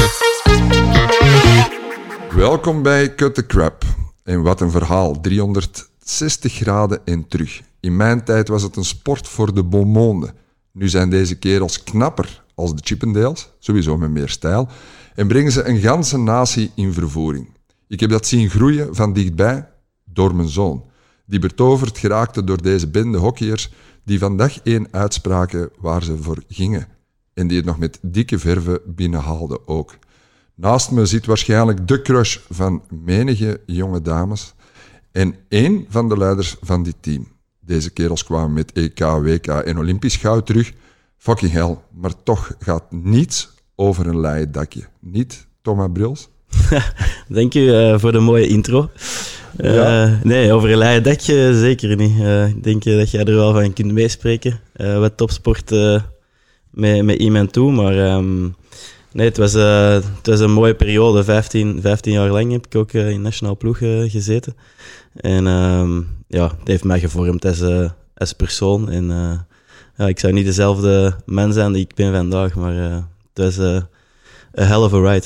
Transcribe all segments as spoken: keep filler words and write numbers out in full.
Welkom bij Cut the Crap. En wat een verhaal. driehonderdzestig graden en terug. In mijn tijd was het een sport voor de beau monde. Nu zijn deze kerels knapper als de Chippendales, sowieso met meer stijl, en brengen ze een ganse natie in vervoering. Ik heb dat zien groeien van dichtbij door mijn zoon, die betoverd geraakte door deze bende hockeyers die van dag één uitspraken waar ze voor gingen. En die het nog met dikke verve binnenhaalden ook. Naast me zit waarschijnlijk de crush van menige jonge dames en één van de leiders van dit team. Deze kerels kwamen met E K, W K en Olympisch goud terug. Fucking hell, maar toch gaat niets over een leien dakje. Niet, Thomas Brils? Dank u uh, voor de mooie intro. Uh, ja. Nee, over een leien dakje zeker niet. Uh, ik denk uh, dat jij er wel van kunt meespreken. Uh, wat topsport uh, met, met iemand toe, maar... Um, Nee, het was, uh, het was een mooie periode. vijftien, vijftien jaar lang heb ik ook uh, in nationale ploeg uh, gezeten. En um, ja, het heeft mij gevormd als, uh, als persoon. En uh, ja, ik zou niet dezelfde man zijn die ik ben vandaag, maar uh, het was uh, a hell of a ride.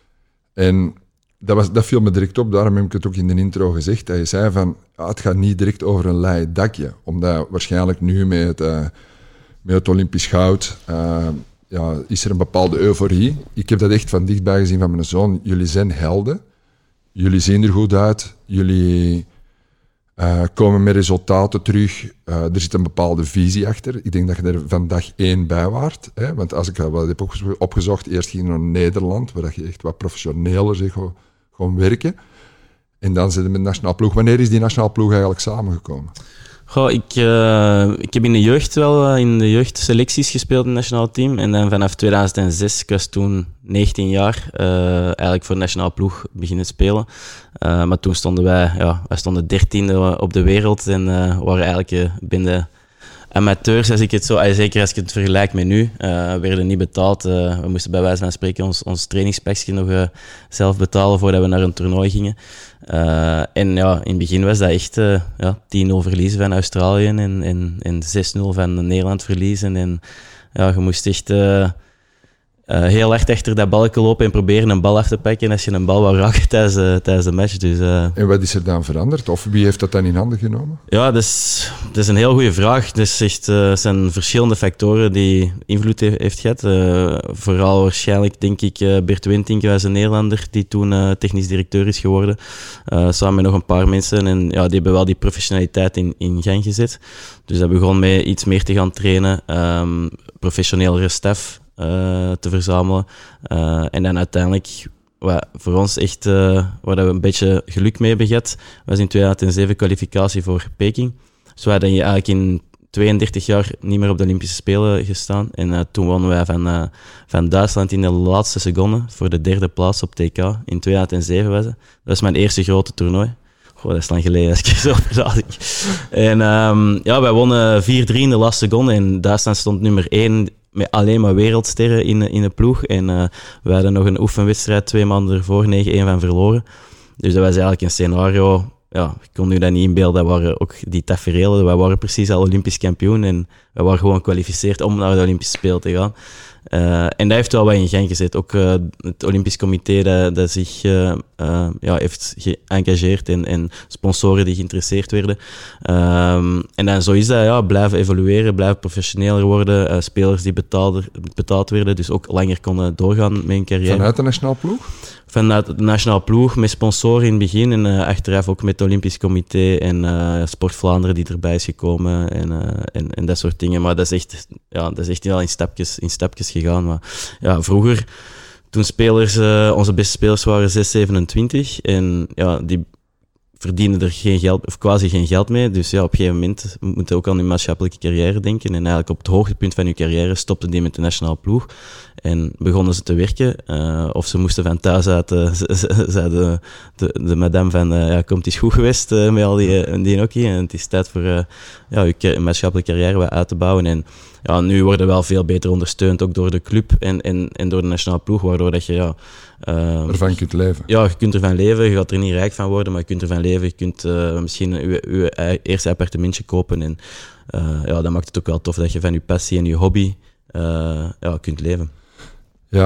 En dat, was, dat viel me direct op, daarom heb ik het ook in de intro gezegd. Dat je zei van, ja, het gaat niet direct over een leien dakje. Omdat waarschijnlijk nu met het, uh, met het Olympisch goud... Uh, Ja, is er een bepaalde euforie. Ik heb dat echt van dichtbij gezien van mijn zoon. Jullie zijn helden. Jullie zien er goed uit. Jullie uh, komen met resultaten terug. Uh, er zit een bepaalde visie achter. Ik denk dat je er van dag één bij waart. Hè? Want als ik wat heb opgezocht, eerst ging je naar Nederland, waar je echt wat professioneler zeg, gewoon werken. En dan zit je met de nationale ploeg. Wanneer is die nationale ploeg eigenlijk samengekomen? Goh, ik, uh, ik heb in de jeugd wel uh, in de jeugdselecties gespeeld in het nationaal team. En dan vanaf tweeduizend zes, ik was toen negentien jaar, uh, eigenlijk voor de nationale ploeg beginnen spelen. Uh, maar toen stonden wij, ja, wij stonden dertiende op de wereld en uh, waren eigenlijk uh, binnen amateurs, als ik het zo, zeker als ik het vergelijk met nu, uh, werden niet betaald. Uh, we moesten bij wijze van spreken ons, ons trainingspakje nog uh, zelf betalen voordat we naar een toernooi gingen. Uh, en ja, in het begin was dat echt uh, ja, tien nul verliezen van Australië en, en, en zes nul van Nederland verliezen. En ja, je moest echt uh, uh, heel hard achter dat balken lopen en proberen een bal af te pakken als je een bal wou raken tijdens, uh, tijdens de match. Dus, uh, en wat is er dan veranderd? Of wie heeft dat dan in handen genomen? Ja, dat is, dat is een heel goede vraag. Dus echt, uh, het zijn verschillende factoren die invloed heeft, heeft gehad. Uh, vooral waarschijnlijk, denk ik, uh, Bert Wintink was een Nederlander die toen uh, technisch directeur is geworden. Uh, samen met nog een paar mensen. En ja, die hebben wel die professionaliteit in, in gang gezet. Dus dat begon met iets meer te gaan trainen. Um, professionelere staf uh, te verzamelen. Uh, en dan uiteindelijk... Wat voor ons echt, uh, waar we een beetje geluk mee hebben gehad, was in tweeduizend zeven kwalificatie voor Peking. Dus we hadden eigenlijk in tweeëndertig jaar niet meer op de Olympische Spelen gestaan. En uh, toen wonnen wij van, uh, van Duitsland in de laatste seconde voor de derde plaats op T K. In tweeduizend zeven was het. Dat was mijn eerste grote toernooi. Goh, dat is lang geleden als ik zo nadenk. En um, ja, wij wonnen vier drie in de laatste seconde en Duitsland stond nummer één met alleen maar wereldsterren in, in de ploeg. En uh, we hadden nog een oefenwedstrijd twee maanden ervoor, negen één van verloren. Dus dat was eigenlijk een scenario... Ja, ik kon nu dat niet inbeelden, dat waren ook die tafereelen. Wij waren precies al Olympisch kampioen en we waren gewoon gekwalificeerd om naar de Olympische Spelen te gaan. Uh, en dat heeft wel wat in gang gezet. Ook uh, het Olympisch Comité dat, dat zich uh, uh, ja, heeft geëngageerd en, en sponsoren die geïnteresseerd werden. Um, en dan zo is dat, ja, blijven evolueren, blijven professioneler worden. Uh, spelers die betaalder, betaald werden, dus ook langer konden doorgaan met hun carrière. Vanuit de nationale ploeg? Vanuit de nationale ploeg, met sponsoren in het begin en uh, achteraf ook met het Olympisch Comité en uh, Sport Vlaanderen die erbij is gekomen en, uh, en, en dat soort dingen. Maar dat is echt, ja, dat is echt wel in stapjes, in stapjes gegaan. Maar ja, vroeger, toen spelers, uh, onze beste spelers waren zes zevenentwintig en ja, die verdienen er geen geld, of quasi geen geld mee. Dus ja, op een gegeven moment moet je ook aan je maatschappelijke carrière denken. En eigenlijk op het hoogtepunt van je carrière stopten die met de nationale ploeg. En begonnen ze te werken. Uh, of ze moesten van thuis uit, uh, zei de, de, de madame van, uh, ja, komt het is goed geweest uh, met al die, uh, die hockey. En het is tijd voor uh, ja, je maatschappelijke carrière wat uit te bouwen. En ja, nu worden we wel veel beter ondersteund, ook door de club en, en, en door de nationale ploeg, waardoor dat je... Ja, uh, ervan kunt leven. Ja, je kunt ervan leven. Je gaat er niet rijk van worden, maar je kunt ervan leven. Je kunt uh, misschien je, je eerste appartementje kopen. En uh, ja, dat maakt het ook wel tof dat je van je passie en je hobby uh, ja, kunt leven. Ja,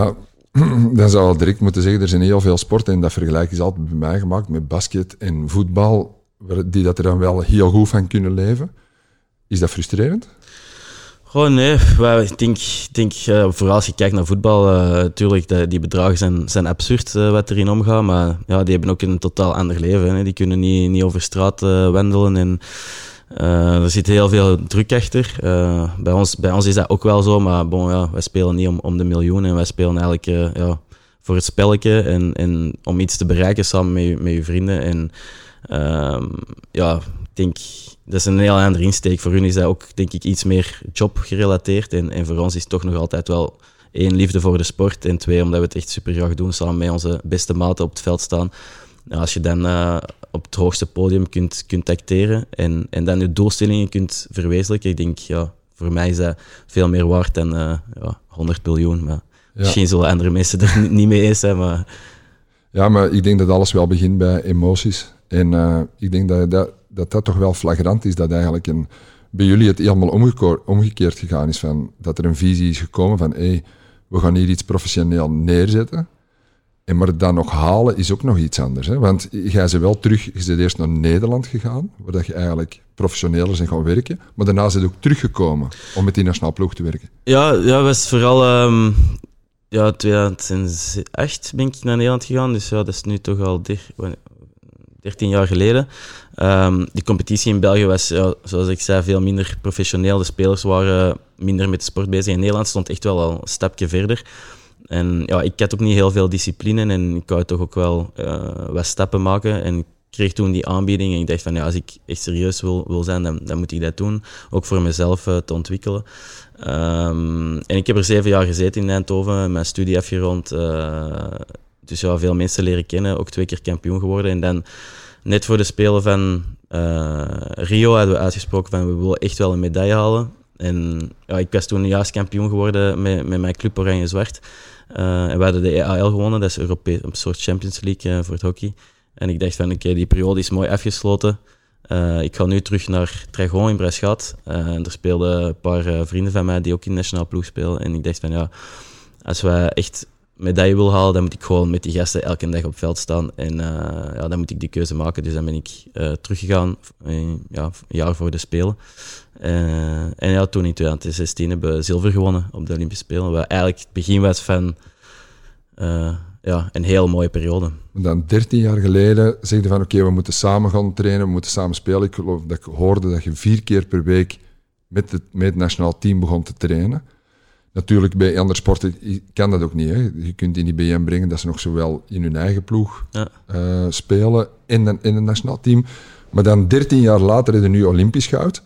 dan zou je direct moeten zeggen, er zijn heel veel sporten en dat vergelijk is altijd bij mij gemaakt met basket en voetbal, die dat er dan wel heel goed van kunnen leven. Is dat frustrerend? Gewoon nee, ik denk, denk uh, vooral als je kijkt naar voetbal, natuurlijk, uh, die bedragen zijn, zijn absurd uh, wat erin omgaat, maar ja, die hebben ook een totaal ander leven. Hè. Die kunnen niet, niet over straat uh, wandelen en uh, er zit heel veel druk achter. Uh, bij, ons, bij ons is dat ook wel zo, maar bon, ja, wij spelen niet om, om de miljoenen, wij spelen eigenlijk uh, ja, voor het spelletje en, en om iets te bereiken samen met je, met je vrienden. En uh, ja, ik denk... Dat is een heel andere insteek. Voor hun is dat ook, denk ik, iets meer jobgerelateerd. En, en voor ons is het toch nog altijd wel één, liefde voor de sport. En twee, omdat we het echt super graag doen, samen met onze beste maten op het veld staan. Nou, als je dan uh, op het hoogste podium kunt, kunt acteren en, en dan je doelstellingen kunt verwezenlijken, ik denk, ja, voor mij is dat veel meer waard dan uh, ja, honderd miljoen. Maar ja. Misschien zullen andere mensen er niet mee eens zijn. Maar... Ja, maar ik denk dat alles wel begint bij emoties. En uh, ik denk dat dat... dat dat toch wel flagrant is, dat eigenlijk een, bij jullie het helemaal omgekeerd, omgekeerd gegaan is, van, dat er een visie is gekomen van hey, we gaan hier iets professioneel neerzetten, en maar het dan nog halen is ook nog iets anders. Hè? Want jij ze wel terug, je bent eerst naar Nederland gegaan, waar dat je eigenlijk professioneler bent gaan werken, maar daarna zijn je ook teruggekomen om met die nationale ploeg te werken. Ja, ja, was vooral... Um... Ja, tweeduizend acht ben ik naar Nederland gegaan, dus ja, dat is nu toch al dertien jaar geleden. Um, die competitie in België was, ja, zoals ik zei, veel minder professioneel. De spelers waren minder met de sport bezig. In Nederland stond echt wel al een stapje verder. En ja, ik had ook niet heel veel discipline en ik wou toch ook wel uh, wat stappen maken. En ik kreeg toen die aanbieding en ik dacht van ja, als ik echt serieus wil, wil zijn, dan, dan moet ik dat doen. Ook voor mezelf uh, te ontwikkelen. Um, en ik heb er zeven jaar gezeten in Eindhoven, mijn studie afgerond. Uh, dus ja, veel mensen leren kennen, ook twee keer kampioen geworden. En dan net voor de Spelen van uh, Rio hadden we uitgesproken van we willen echt wel een medaille halen. En ja, ik was toen juist kampioen geworden met, met mijn club Oranje-Zwart. Uh, en we hadden de E A L gewonnen, dat is Europe- een soort Champions League uh, voor het hockey. En ik dacht van oké, okay, die periode is mooi afgesloten. Uh, ik ga nu terug naar Tragon in Bresgat. Uh, en er speelden een paar uh, vrienden van mij die ook in de nationale ploeg spelen. En ik dacht van ja, als we echt medaille wil halen, dan moet ik gewoon met die gasten elke dag op het veld staan. En uh, ja, dan moet ik die keuze maken. Dus dan ben ik uh, teruggegaan, uh, ja, een jaar voor de Spelen. Uh, en ja, toen in twintig zestien hebben we zilver gewonnen op de Olympische Spelen. Wat eigenlijk het begin was van uh, ja, een heel mooie periode. Dan dertien jaar geleden zeg je van oké, okay, we moeten samen gaan trainen, we moeten samen spelen. Ik geloof dat ik hoorde dat je vier keer per week met het, met het nationaal team begon te trainen. Natuurlijk, bij andere sporten kan dat ook niet. Hè. Je kunt die niet bijeen brengen dat ze nog zowel in hun eigen ploeg ja. uh, spelen en in, in het nationaal team. Maar dan dertien jaar later is er nu Olympisch goud.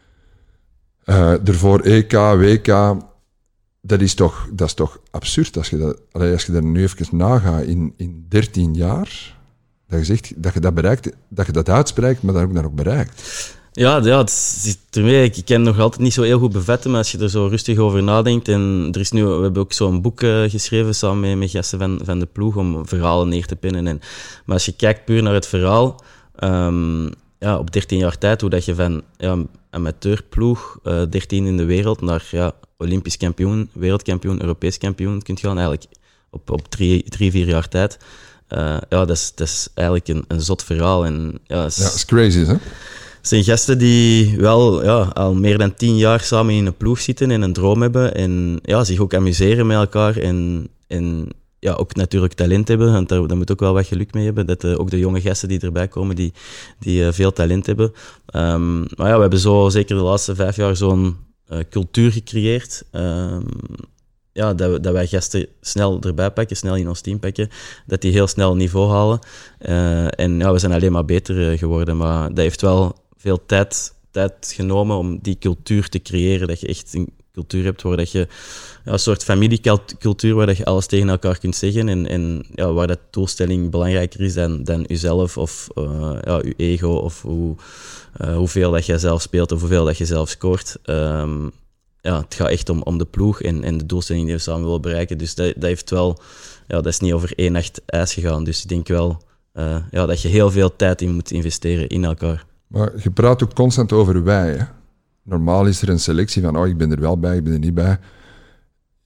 Uh, ervoor E K, W K. Dat is toch, dat is toch absurd als je dat, als je dat nu even nagaat in, in dertien jaar. Dat je zegt dat je dat bereikt, dat je dat uitspreekt, maar dan ook, dan ook bereikt. Ja, ja, het is ermee. Ik kan nog altijd niet zo heel goed bevetten, maar als je er zo rustig over nadenkt. En er is nu, we hebben ook zo'n boek uh, geschreven samen met, met gasten van, van de ploeg om verhalen neer te pinnen. En, maar als je kijkt puur naar het verhaal, um, ja, op dertien jaar tijd, hoe dat je van ja, amateurploeg, uh, dertien in de wereld, naar ja, Olympisch kampioen, wereldkampioen, Europees kampioen kunt gaan, eigenlijk op, op drie, drie, vier jaar tijd. Uh, ja, dat is, dat is eigenlijk een, een zot verhaal. En, ja, is, ja, dat is crazy, hè? Het zijn gasten die wel ja, al meer dan tien jaar samen in een ploeg zitten en een droom hebben en ja, zich ook amuseren met elkaar en, en ja, ook natuurlijk talent hebben, want daar, daar moet ook wel wat geluk mee hebben, dat uh, ook de jonge gasten die erbij komen, die, die uh, veel talent hebben. Um, maar ja, we hebben zo zeker de laatste vijf jaar zo'n uh, cultuur gecreëerd, um, ja, dat, we, dat wij gasten snel erbij pakken, snel in ons team pakken, dat die heel snel niveau halen. Uh, en ja, we zijn alleen maar beter uh, geworden, maar dat heeft wel veel tijd, tijd genomen om die cultuur te creëren. Dat je echt een cultuur hebt waar dat je ja, een soort familiecultuur waar dat je alles tegen elkaar kunt zeggen en, en ja, waar dat doelstelling belangrijker is dan, dan jezelf of uh, ja, je ego of hoe, uh, hoeveel dat jij zelf speelt of hoeveel dat je zelf scoort. Um, ja, het gaat echt om, om de ploeg en, en de doelstelling die we samen willen bereiken. Dus dat, dat heeft wel, ja, dat is niet over één nacht ijs gegaan. Dus ik denk wel uh, ja, dat je heel veel tijd in moet investeren in elkaar. Maar je praat ook constant over wij. Hè? Normaal is er een selectie van, oh, ik ben er wel bij, ik ben er niet bij.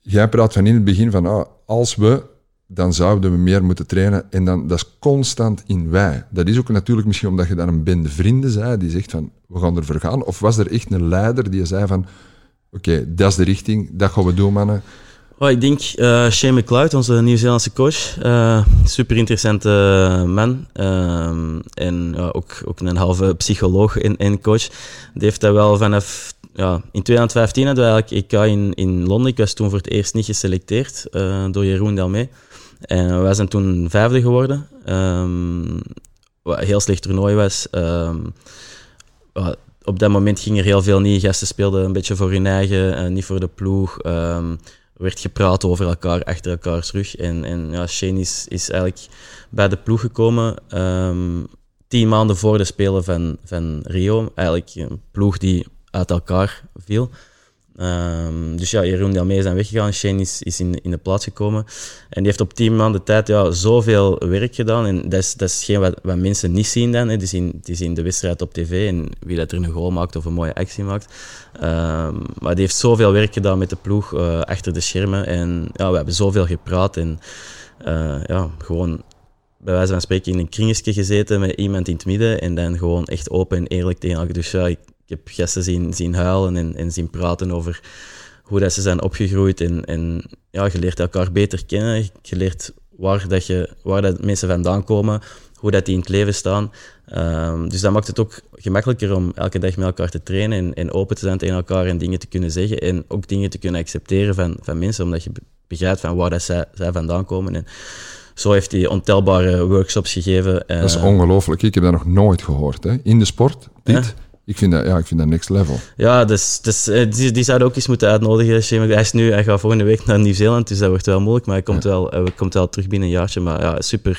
jij praat van in het begin van, ah, als we, dan zouden we meer moeten trainen. En dan, dat is constant in wij. Dat is ook natuurlijk misschien omdat je dan een bende vrienden zei, die zegt van, we gaan ervoor gaan. Of was er echt een leider die zei van, oké, okay, dat is de richting, dat gaan we doen, mannen. Oh, ik denk uh, Shane McLeod, onze Nieuw-Zeelandse coach. Uh, super interessante man. Uh, en uh, ook, ook een halve psycholoog en, en coach. Die heeft dat wel vanaf... Ja, in twintig vijftien hadden we eigenlijk E K in, in Londen. Ik was toen voor het eerst niet geselecteerd uh, door Jeroen Delmee. En wij zijn toen vijfde geworden. Um, wat een heel slecht toernooi was. Um, uh, op dat moment ging er heel veel niet. Gasten speelden een beetje voor hun eigen, uh, niet voor de ploeg. Um, Er werd gepraat over elkaar, achter elkaars rug. En, en ja, Shane is, is eigenlijk bij de ploeg gekomen um, tien maanden voor de Spelen van, van Rio. Eigenlijk een ploeg die uit elkaar viel. Um, dus ja, Jeroen Delmee is weggegaan. Shane is, is in, in de plaats gekomen. En die heeft op tien maanden tijd ja, zoveel werk gedaan. En dat is, dat is geen wat, wat mensen niet zien dan. Hè. Die, zien, die zien de wedstrijd op tv en wie dat er een goal maakt of een mooie actie maakt. Um, maar die heeft zoveel werk gedaan met de ploeg uh, achter de schermen. En ja, we hebben zoveel gepraat. En uh, ja, gewoon bij wijze van spreken in een kringetje gezeten met iemand in het midden. En dan gewoon echt open en eerlijk tegen elkaar. Dus ja, ik, Ik heb gasten zien, zien huilen en, en zien praten over hoe dat ze zijn opgegroeid. En, en ja, je leert elkaar beter kennen. Je leert waar, dat je, waar dat mensen vandaan komen, hoe dat die in het leven staan. Um, dus dat maakt het ook gemakkelijker om elke dag met elkaar te trainen en, en open te zijn tegen elkaar en dingen te kunnen zeggen. En ook dingen te kunnen accepteren van, van mensen, omdat je begrijpt van waar dat zij, zij vandaan komen. En zo heeft hij ontelbare workshops gegeven. Dat is uh, ongelooflijk. Ik heb dat nog nooit gehoord. Hè? In de sport, dit... Ja? Ik vind dat, ja, ik vind dat next level. Ja, dus, dus, die, die zouden ook eens moeten uitnodigen. Hij, is nu, hij gaat volgende week naar Nieuw-Zeeland, dus dat wordt wel moeilijk. Maar hij komt, ja. wel, hij komt wel terug binnen een jaartje. Maar ja, super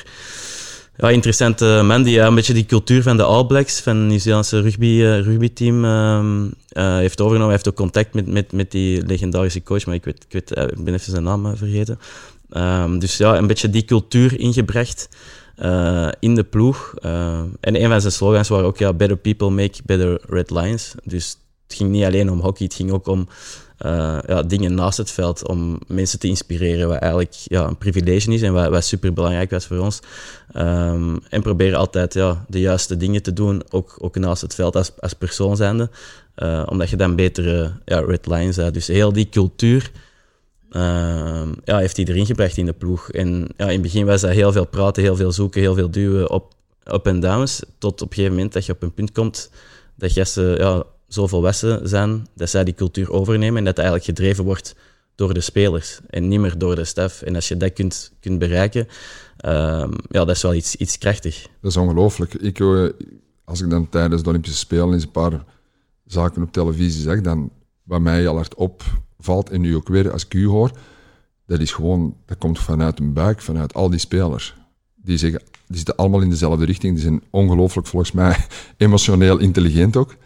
ja, interessante man die ja, een beetje die cultuur van de All Blacks, van het Nieuw-Zeelandse rugby, uh, rugbyteam, uh, uh, heeft overgenomen. Hij heeft ook contact met, met, met die legendarische coach, maar ik, weet, ik, weet, ik ben even zijn naam uh, vergeten. Um, dus ja, een beetje die cultuur ingebracht. Uh, in de ploeg. Uh, en een van zijn slogans waren ook ja, better people make better red lines. Dus het ging niet alleen om hockey, het ging ook om uh, ja, dingen naast het veld, om mensen te inspireren, wat eigenlijk ja, een privilege is en wat, wat super belangrijk was voor ons. Um, en proberen altijd ja, de juiste dingen te doen, ook, ook naast het veld als, als persoon zijnde, uh, omdat je dan betere ja, red lines hebt. Dus heel die cultuur Uh, ja, heeft hij erin gebracht in de ploeg. En ja, in het begin was dat heel veel praten, heel veel zoeken, heel veel duwen op up en downs. Tot op een gegeven moment dat je op een punt komt dat gasten ja, zo volwassen zijn dat zij die cultuur overnemen en dat dat eigenlijk gedreven wordt door de spelers en niet meer door de staf. En als je dat kunt, kunt bereiken, uh, ja, dat is wel iets, iets krachtig. Dat is ongelooflijk. Ik, als ik dan tijdens de Olympische Spelen eens een paar zaken op televisie zeg, dan wat mij al hard opvalt, en nu ook weer als ik u hoor, dat is gewoon, dat komt vanuit hun buik, vanuit al die spelers. Die zeggen, die zitten allemaal in dezelfde richting, die zijn ongelooflijk volgens mij emotioneel intelligent ook.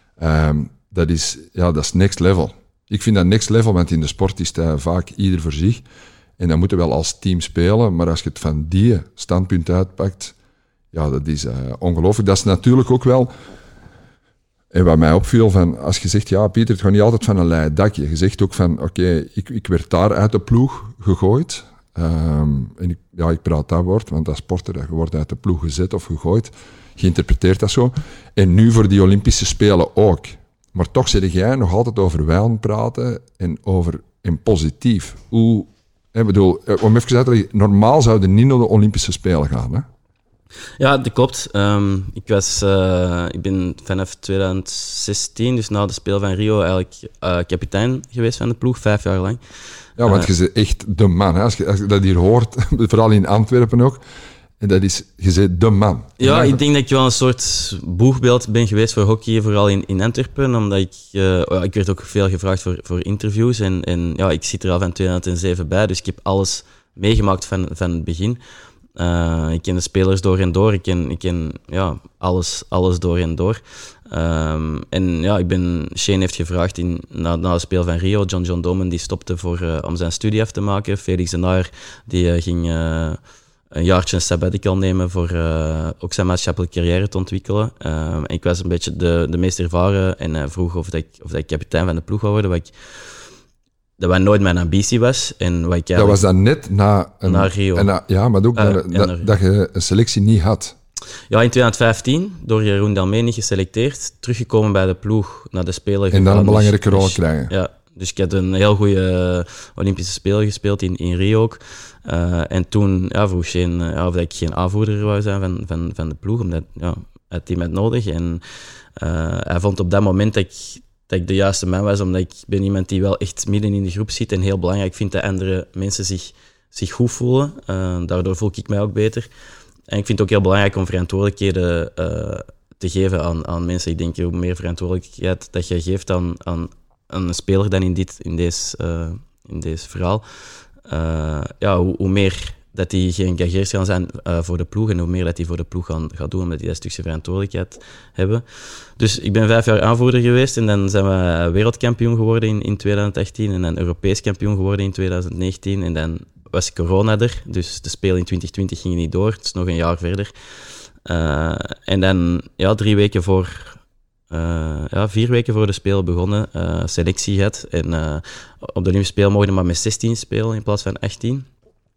Um, dat is, ja, dat is next level. Ik vind dat next level, want in de sport is het vaak ieder voor zich. En dan moeten we wel als team spelen, maar als je het van die standpunt uitpakt, ja, dat is uh, ongelooflijk. Dat is natuurlijk ook wel... En wat mij opviel, van, als je zegt, ja Pieter, het gaat niet altijd van een leien dakje. Je zegt ook van, oké, okay, ik, ik werd daar uit de ploeg gegooid. Um, en ik, ja, ik praat dat woord, want als sporter, je wordt uit de ploeg gezet of gegooid. Je interpreteert dat zo. En nu voor die Olympische Spelen ook. Maar toch zit jij nog altijd over wij aan het praten en over en positief. Hoe, ik bedoel, om even te zeggen, normaal zouden niet naar de Olympische Spelen gaan, hè? Ja, dat klopt. Um, ik, was, uh, ik ben vanaf twintig zestien, dus na de Spelen van Rio, eigenlijk uh, kapitein geweest van de ploeg, vijf jaar lang. Ja, want uh, je bent echt de man. Hè? Als, je, als je dat hier hoort, vooral in Antwerpen ook, en dat is, je bent de man. Ja, ik denk dat ik wel een soort boegbeeld ben geweest voor hockey, vooral in, in Antwerpen, omdat ik... Uh, ik werd ook veel gevraagd voor, voor interviews en, en ja, ik zit er al van tweeduizend zeven bij, dus ik heb alles meegemaakt van, van het begin. Uh, ik ken de spelers door en door. Ik ken, ik ken ja, alles, alles door en door. Um, en ja, ik ben, Shane heeft gevraagd in, na, na het speel van Rio. John John Domen die stopte voor, uh, om zijn studie af te maken. Felix de Naar die uh, ging uh, een jaartje een sabbatical nemen voor uh, ook zijn maatschappelijke carrière te ontwikkelen. Uh, en ik was een beetje de, de meest ervaren en uh, vroeg of, dat ik, of dat ik kapitein van de ploeg wou worden. Wat ik dat wat nooit mijn ambitie was. En wat ik dat was dan net na... Een, naar Rio. En na, ja, maar ook uh, na, ja, dat, dat je een selectie niet had. Ja, in twintig vijftien, door Jeroen Delmee niet geselecteerd, teruggekomen bij de ploeg, naar de Speler. En dan een belangrijke dus, rol dus, krijgen. Ja, dus ik had een heel goede Olympische Spelen gespeeld in, in Rio ook. Uh, en toen ja, vroeg Shane ja, of ik geen aanvoerder wou zijn van, van, van de ploeg, omdat ja, het team had nodig. En uh, hij vond op dat moment dat ik, dat ik de juiste man was, omdat ik ben iemand die wel echt midden in de groep zit en heel belangrijk vindt dat andere mensen zich, zich goed voelen. Uh, daardoor voel ik mij ook beter. En ik vind het ook heel belangrijk om verantwoordelijkheden uh, te geven aan, aan mensen. Ik denk, hoe meer verantwoordelijkheid dat je geeft aan, aan, aan een speler dan in, dit, in, deze, uh, in deze verhaal, uh, ja, hoe, hoe meer dat die geëngageerd gaan zijn uh, voor de ploeg en hoe meer dat die voor de ploeg gaan, gaan doen, omdat die dat stukje verantwoordelijkheid hebben. Dus ik ben vijf jaar aanvoerder geweest en dan zijn we wereldkampioen geworden in, in twintig achttien en dan Europees kampioen geworden in twintig negentien en dan was corona er, dus de Spelen in twintig twintig gingen niet door. Het is nog een jaar verder. Uh, en dan ja, drie weken voor... Uh, ja, vier weken voor de Spelen begonnen, uh, selectie gehad. En uh, op de Olympische Spelen mochten we maar met zestien spelen in plaats van achttien.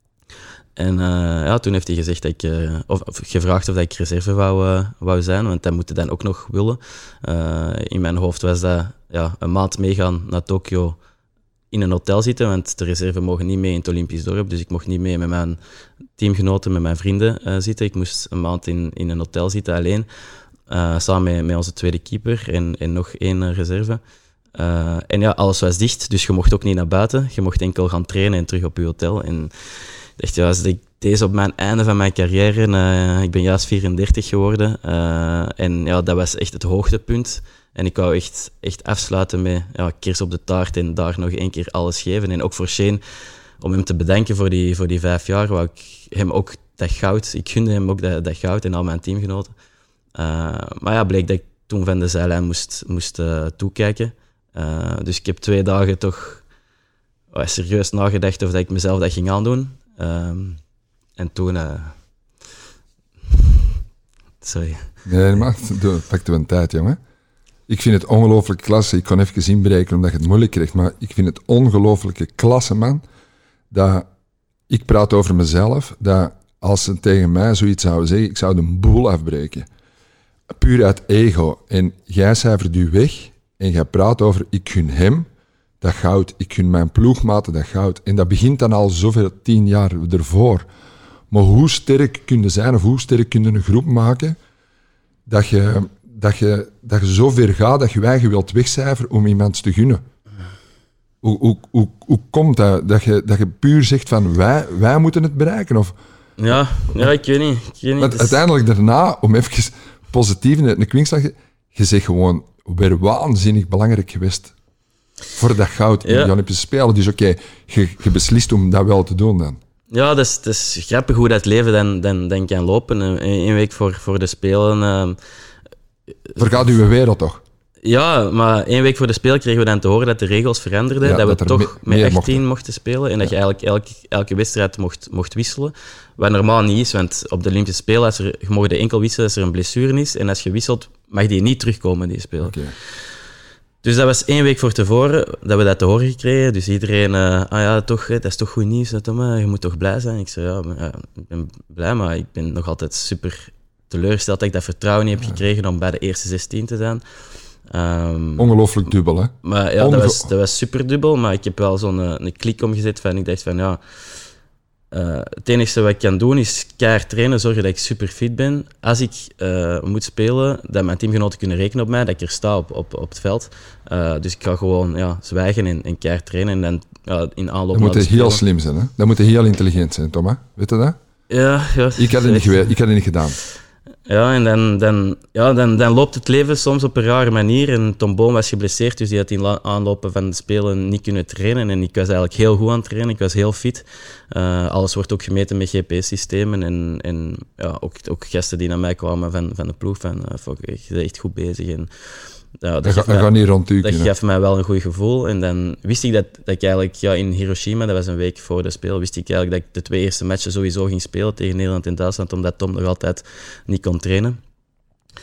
En uh, ja, toen heeft hij gezegd dat ik... Uh, of, of gevraagd of dat ik reserve wou, uh, wou zijn, want dat moet hij dan ook nog willen. Uh, in mijn hoofd was dat ja, een maand meegaan naar Tokio, in een hotel zitten, want de reserve mogen niet mee in het Olympisch dorp, dus ik mocht niet mee met mijn teamgenoten, met mijn vrienden uh, zitten. Ik moest een maand in, in een hotel zitten, alleen, uh, samen met, met onze tweede keeper en, en nog één uh, reserve. Uh, en ja, alles was dicht, dus je mocht ook niet naar buiten. Je mocht enkel gaan trainen en terug op je hotel. En ik dacht, ja, als ik deze op mijn einde van mijn carrière, uh, ik ben juist vierendertig geworden, uh, en ja, dat was echt het hoogtepunt. En ik wou echt, echt afsluiten met ja, kers op de taart en daar nog één keer alles geven. En ook voor Shane, om hem te bedanken voor die, voor die vijf jaar, wou ik hem ook dat goud... Ik gunde hem ook dat, dat goud en al mijn teamgenoten. Uh, maar ja, bleek dat ik toen van de zijlijn moest, moest uh, toekijken. Uh, dus ik heb twee dagen toch oh, serieus nagedacht of dat ik mezelf dat ging aandoen. Uh, en toen... Uh... Sorry. Nee, maar pakte we een tijd, jongen. Ik vind het ongelooflijk klasse. Ik kon even inbreken omdat je het moeilijk kreeg, maar ik vind het ongelooflijke klasse, man. Dat ik praat over mezelf, dat als ze tegen mij zoiets zouden zeggen, ik zou de boel afbreken. Puur uit ego. En jij cijfert u weg en jij praat over, ik gun hem dat goud, ik gun mijn ploegmaten dat goud. En dat begint dan al zoveel, tien jaar ervoor. Maar hoe sterk kun je zijn, of hoe sterk kun je een groep maken, dat je... Dat je, dat je zo ver gaat dat je je eigen wilt wegcijferen om iemand te gunnen. Hoe, hoe, hoe, hoe komt dat? Dat je, dat je puur zegt van wij, wij moeten het bereiken? Of, ja, ja, ik weet niet. Ik weet niet want dus... uiteindelijk daarna, om even positief in de kwinkslag, je zegt gewoon weer waanzinnig belangrijk geweest voor dat goud in ja. de Olympische Spelen. Dus oké, okay, je, je beslist om dat wel te doen dan. Ja, dat is, dat is grappig hoe dat leven dan, dan, dan kan lopen. Een week voor, voor de Spelen... Uh, Vergaat uw wereld toch? Ja, maar één week voor de Spelen kregen we dan te horen dat de regels veranderden, ja, dat we dat toch me, met achttien mochten. mochten spelen en ja. dat je eigenlijk elke, elke wedstrijd mocht, mocht wisselen. Wat normaal niet is, want op de Olympische Spelen als er, je mag enkel wisselen als er een blessure is en als je wisselt, mag die niet terugkomen, die Spelen. Okay. Dus dat was één week voor tevoren dat we dat te horen gekregen. Dus iedereen, uh, ah ja, toch, dat is toch goed nieuws, dat, maar je moet toch blij zijn? Ik zei, ja, maar, ja, ik ben blij, maar ik ben nog altijd super... teleurgesteld dat ik dat vertrouwen niet heb gekregen om bij de eerste zestien te zijn. Um, Ongelooflijk dubbel, hè? Maar ja, Onge- dat, was, dat was super dubbel, maar ik heb wel zo'n een, een klik omgezet van, ik dacht van, ja, uh, het enige wat ik kan doen is keihard trainen, zorgen dat ik super fit ben. Als ik uh, moet spelen, dat mijn teamgenoten kunnen rekenen op mij, dat ik er sta op, op, op het veld. Uh, dus ik ga gewoon ja, zwijgen en, en keihard trainen en dan ja, in aanloop dat naar de moet heel slim zijn, hè? Dat moet heel intelligent zijn, Thomas. Weet je dat? Ja, ja. Ik had het niet, gewe- ik had het niet gedaan. Ja, en dan, dan, ja, dan, dan loopt het leven soms op een rare manier. En Tom Boom was geblesseerd, dus die had in la- aanlopen van de Spelen niet kunnen trainen. En ik was eigenlijk heel goed aan het trainen, ik was heel fit. Uh, alles wordt ook gemeten met G P S-systemen. En, en ja, ook, ook gasten die naar mij kwamen van, van de ploeg, van uh, fuck, je bent echt goed bezig. En, ja, dat dat gaf, ga, mij, gaat niet rondduiken, dat gaf mij wel een goed gevoel. En dan wist ik dat, dat ik eigenlijk ja, in Hiroshima, dat was een week voor de Spelen, wist ik eigenlijk dat ik de twee eerste matchen sowieso ging spelen tegen Nederland en Duitsland, omdat Tom nog altijd niet kon trainen.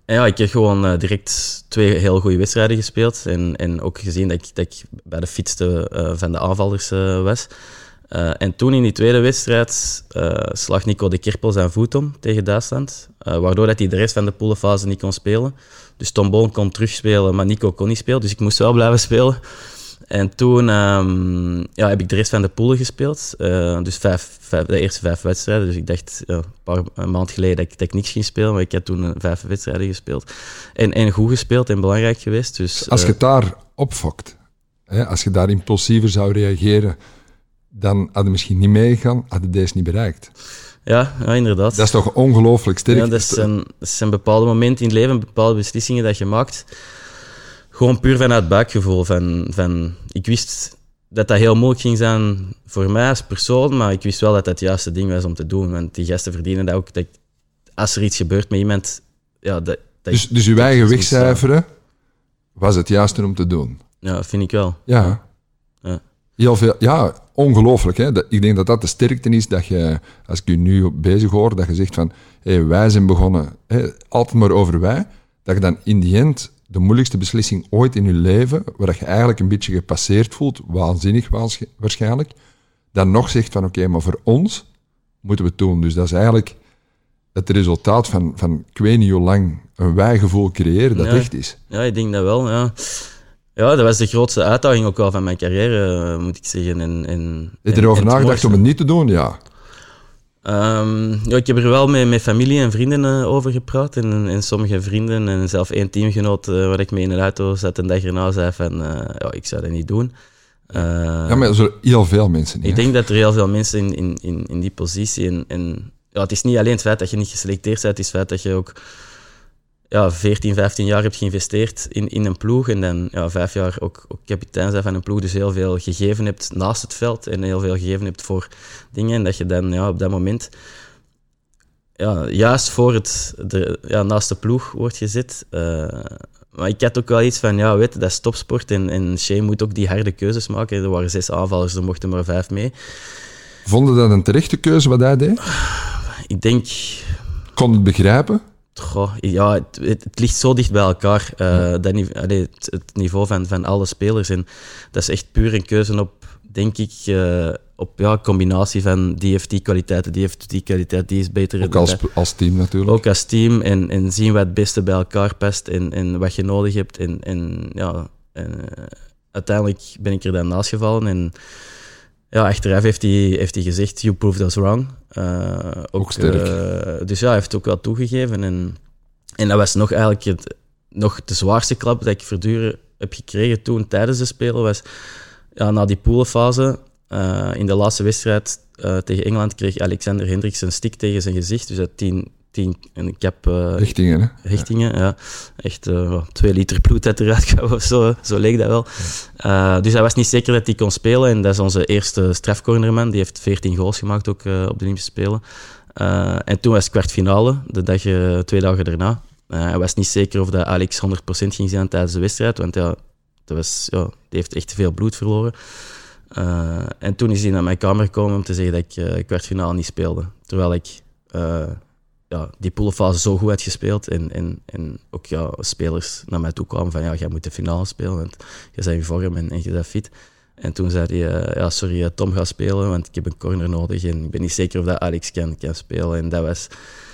En ja, ik heb gewoon uh, direct twee heel goede wedstrijden gespeeld. En, en ook gezien dat ik, dat ik bij de fitste uh, van de aanvallers uh, was. Uh, en toen in die tweede wedstrijd uh, slag Nico de Kerpel zijn voet om tegen Duitsland. Uh, waardoor dat hij de rest van de poolfase niet kon spelen. Dus Tom Boon kon terugspelen, maar Nico kon niet spelen. Dus ik moest wel blijven spelen. En toen um, ja, heb ik de rest van de poelen gespeeld. Uh, dus vijf, vijf, de eerste vijf wedstrijden. Dus ik dacht ja, een paar een maand geleden dat ik, dat ik niks ging spelen. Maar ik heb toen uh, vijf wedstrijden gespeeld. En, en goed gespeeld en belangrijk geweest. Dus, als je uh, het daar opfokt, hè, als je daar impulsiever zou reageren, dan had je misschien niet meegegaan, had je deze niet bereikt. Ja, ja, inderdaad. Dat is toch ongelooflijk sterk? Ja, dat zijn, dat zijn bepaalde momenten in het leven, bepaalde beslissingen dat je maakt. Gewoon puur vanuit buikgevoel. Van, van, ik wist dat dat heel moeilijk ging zijn voor mij als persoon, maar ik wist wel dat dat het juiste ding was om te doen. Want die gasten verdienen dat ook. Dat, als er iets gebeurt met iemand... Ja, dat, dat dus, dus uw eigen wegcijferen was het juiste om te doen? Ja, vind ik wel. Ja. Ja, heel veel, ja ongelooflijk. Hè? Ik denk dat dat de sterkte is dat je, als ik u nu bezig hoor, dat je zegt van, hey, wij zijn begonnen, hè, altijd maar over wij, dat je dan in die end de moeilijkste beslissing ooit in je leven, waar je eigenlijk een beetje gepasseerd voelt, waanzinnig waarschijnlijk, dan nog zegt van oké, okay, maar voor ons moeten we het doen. Dus dat is eigenlijk het resultaat van, van ik weet niet hoe lang een wij-gevoel creëren dat ja, echt is. Ja, ik denk dat wel, ja. Ja, dat was de grootste uitdaging ook wel van mijn carrière, moet ik zeggen. En, en, Heb je erover nagedacht om het niet te doen? Ja. Um, ja, ik heb er wel met, met familie en vrienden uh, over gepraat. En, en sommige vrienden en zelf één teamgenoot uh, waar ik mee in de auto zat en dag erna zei van, uh, ja, ik zou dat niet doen. Uh, ja, maar er zijn heel veel mensen niet. Ik hè? denk dat er heel veel mensen in, in, in, in die positie... En, en, ja, het is niet alleen het feit dat je niet geselecteerd bent, het is het feit dat je ook ja, veertien, vijftien jaar hebt geïnvesteerd in, in een ploeg en dan ja, vijf jaar ook, ook kapitein zijn van een ploeg, dus heel veel gegeven hebt naast het veld en heel veel gegeven hebt voor dingen en dat je dan ja, op dat moment ja, juist voor het, de, ja, naast de ploeg wordt gezet. Uh, maar ik had ook wel iets van, ja, weet je, dat is topsport en, en Shea moet ook die harde keuzes maken. Er waren zes aanvallers, er mochten maar vijf mee. Vonden dat een terechte keuze wat hij deed? Ik denk... Kon het begrijpen? Goh, ja, het, het, het ligt zo dicht bij elkaar, uh, ja. dat, allee, het, het niveau van, van alle spelers. En dat is echt puur een keuze op, denk ik, uh, op ja, combinatie van die heeft die kwaliteiten, die heeft die kwaliteit, die is beter. Ook als, als team natuurlijk. Ook als team en, en zien wat het beste bij elkaar past en, en wat je nodig hebt. En, en, ja, en, uh, uiteindelijk ben ik er dan naast gevallen en ja, achteraf heeft hij, heeft hij gezegd, you proved us wrong. Uh, ook, ook sterk. Uh, dus ja, hij heeft het ook wel toegegeven. En, en dat was nog eigenlijk het, nog de zwaarste klap dat ik voortdurend heb gekregen toen tijdens de Spelen. Was ja, na die poolfase, uh, in de laatste wedstrijd uh, tegen Engeland, kreeg Alexander Hendricks een stick tegen zijn gezicht. Dus uit tien, tien en ik heb uh, richtingen, hè? Richtingen, ja. ja. Echt uh, twee liter bloed uit eruit kwam of zo. Zo leek dat wel. Uh, dus hij was niet zeker dat hij kon spelen. En dat is onze eerste strafcornerman. Die heeft veertien goals gemaakt ook uh, op de Olympische Spelen. Uh, en toen was het kwartfinale, de dag, uh, twee dagen daarna. Uh, hij was niet zeker of dat Alex honderd procent ging zijn tijdens de wedstrijd. Want ja, dat was, ja, die heeft echt veel bloed verloren. Uh, en toen is hij naar mijn kamer gekomen om te zeggen dat ik uh, kwartfinale niet speelde. Terwijl ik... Uh, ja, die poolfase zo goed had gespeeld en, en, en ook ja, spelers naar mij toe kwamen van ja, jij moet de finale spelen, want je bent in vorm en, en je bent fit. En toen zei hij, uh, ja, sorry, Tom gaat spelen, want ik heb een corner nodig en ik ben niet zeker of dat Alex kan, kan spelen. En dat was...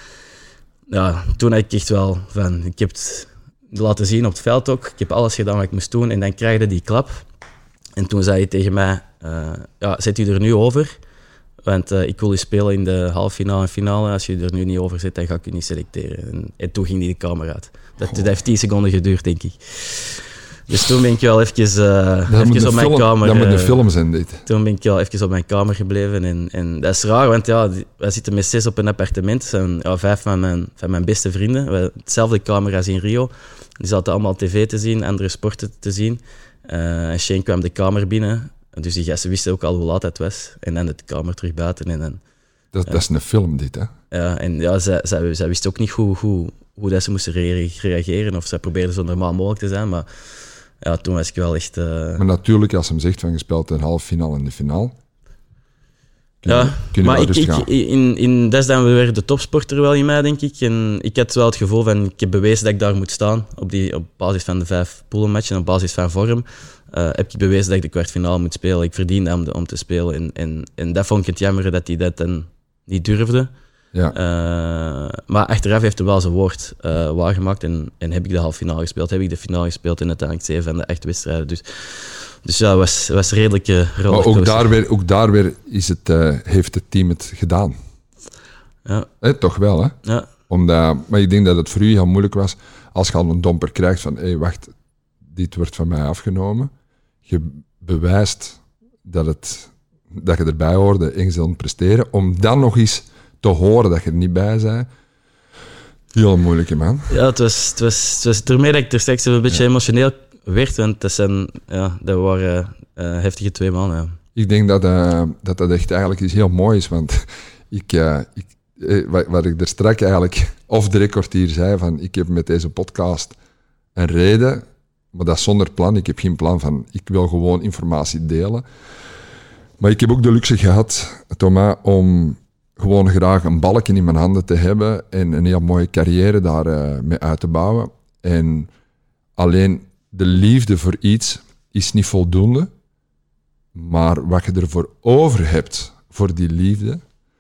Ja, toen had ik echt wel van... Ik heb het laten zien op het veld ook. Ik heb alles gedaan wat ik moest doen en dan krijg je die klap. En toen zei hij tegen mij, uh, ja, zet u er nu over... Want uh, ik wil je spelen in de halve finale en finale. Als je er nu niet over zit, dan ga ik je niet selecteren. En, en toen ging hij de kamer uit. Dat, dat heeft tien seconden geduurd, denk ik. Dus toen ben ik wel even, uh, even op mijn film, kamer... Dat moet een uh, film zijn, dit. Toen ben ik wel even op mijn kamer gebleven. En, en dat is raar, want ja, wij zitten met zes op een appartement. Zijn, ja, vijf van mijn, van mijn beste vrienden. We hebben hetzelfde kamer als in Rio. Die zaten allemaal tv te zien, andere sporten te zien. Uh, en Shane kwam de kamer binnen... Dus die gasten wisten ook al hoe laat het was. En dan de kamer terug buiten. En dan, dat, ja. dat is een film, dit, hè? Ja, en ja, zij, zij, zij wisten ook niet hoe, hoe, hoe dat ze moesten reageren. Of zij probeerden zo normaal mogelijk te zijn. Maar ja, toen was ik wel echt... Uh... Maar natuurlijk, als hem zegt van je speelt een halve finale en de finale... Kun je, ja, kun je maar ik, rustig ik, aan. in, in, dat is dan weer de topsporter wel in mij, denk ik. En ik had wel het gevoel van, ik heb bewezen dat ik daar moet staan. Op, die, op basis van de vijf poolmatchen, op basis van vorm. Uh, heb ik bewezen dat ik de kwartfinale moet spelen. Ik verdien dat om, de, om te spelen. En, en, en dat vond ik het jammer dat hij dat dan niet durfde. Ja. Uh, maar achteraf heeft hij wel zijn woord uh, waargemaakt. En, en heb ik de halve finale gespeeld. Heb ik de finale gespeeld en uiteindelijk zeven van de acht wedstrijden. Dus, dus ja, het was, was redelijk uh, rollercoaster. Maar ook daar weer, ook daar weer is het, uh, heeft het team het gedaan. Ja. Eh, toch wel, hè? Ja. Omdat, maar ik denk dat het voor u heel moeilijk was als je al een domper krijgt van hé, hey, wacht, dit wordt van mij afgenomen. Je bewijst dat, het, dat je erbij hoorde en je zult presteren. Om dan nog eens te horen dat je er niet bij bent. Heel moeilijk, man. Ja, het was, het was, het was ermee dat ik er straks een beetje ja. emotioneel werd. Want dat, zijn, ja, dat waren uh, heftige twee maanden. Ja. Ik denk dat, uh, dat dat echt eigenlijk iets heel mooi is. Want ik, uh, ik, uh, wat ik er straks eigenlijk off the record hier zei, van ik heb met deze podcast een reden, maar dat is zonder plan. Ik heb geen plan van, ik wil gewoon informatie delen. Maar ik heb ook de luxe gehad, Thomas, om gewoon graag een balkje in mijn handen te hebben en een heel mooie carrière daar uh, mee uit te bouwen. En alleen de liefde voor iets is niet voldoende, maar wat je ervoor over hebt voor die liefde,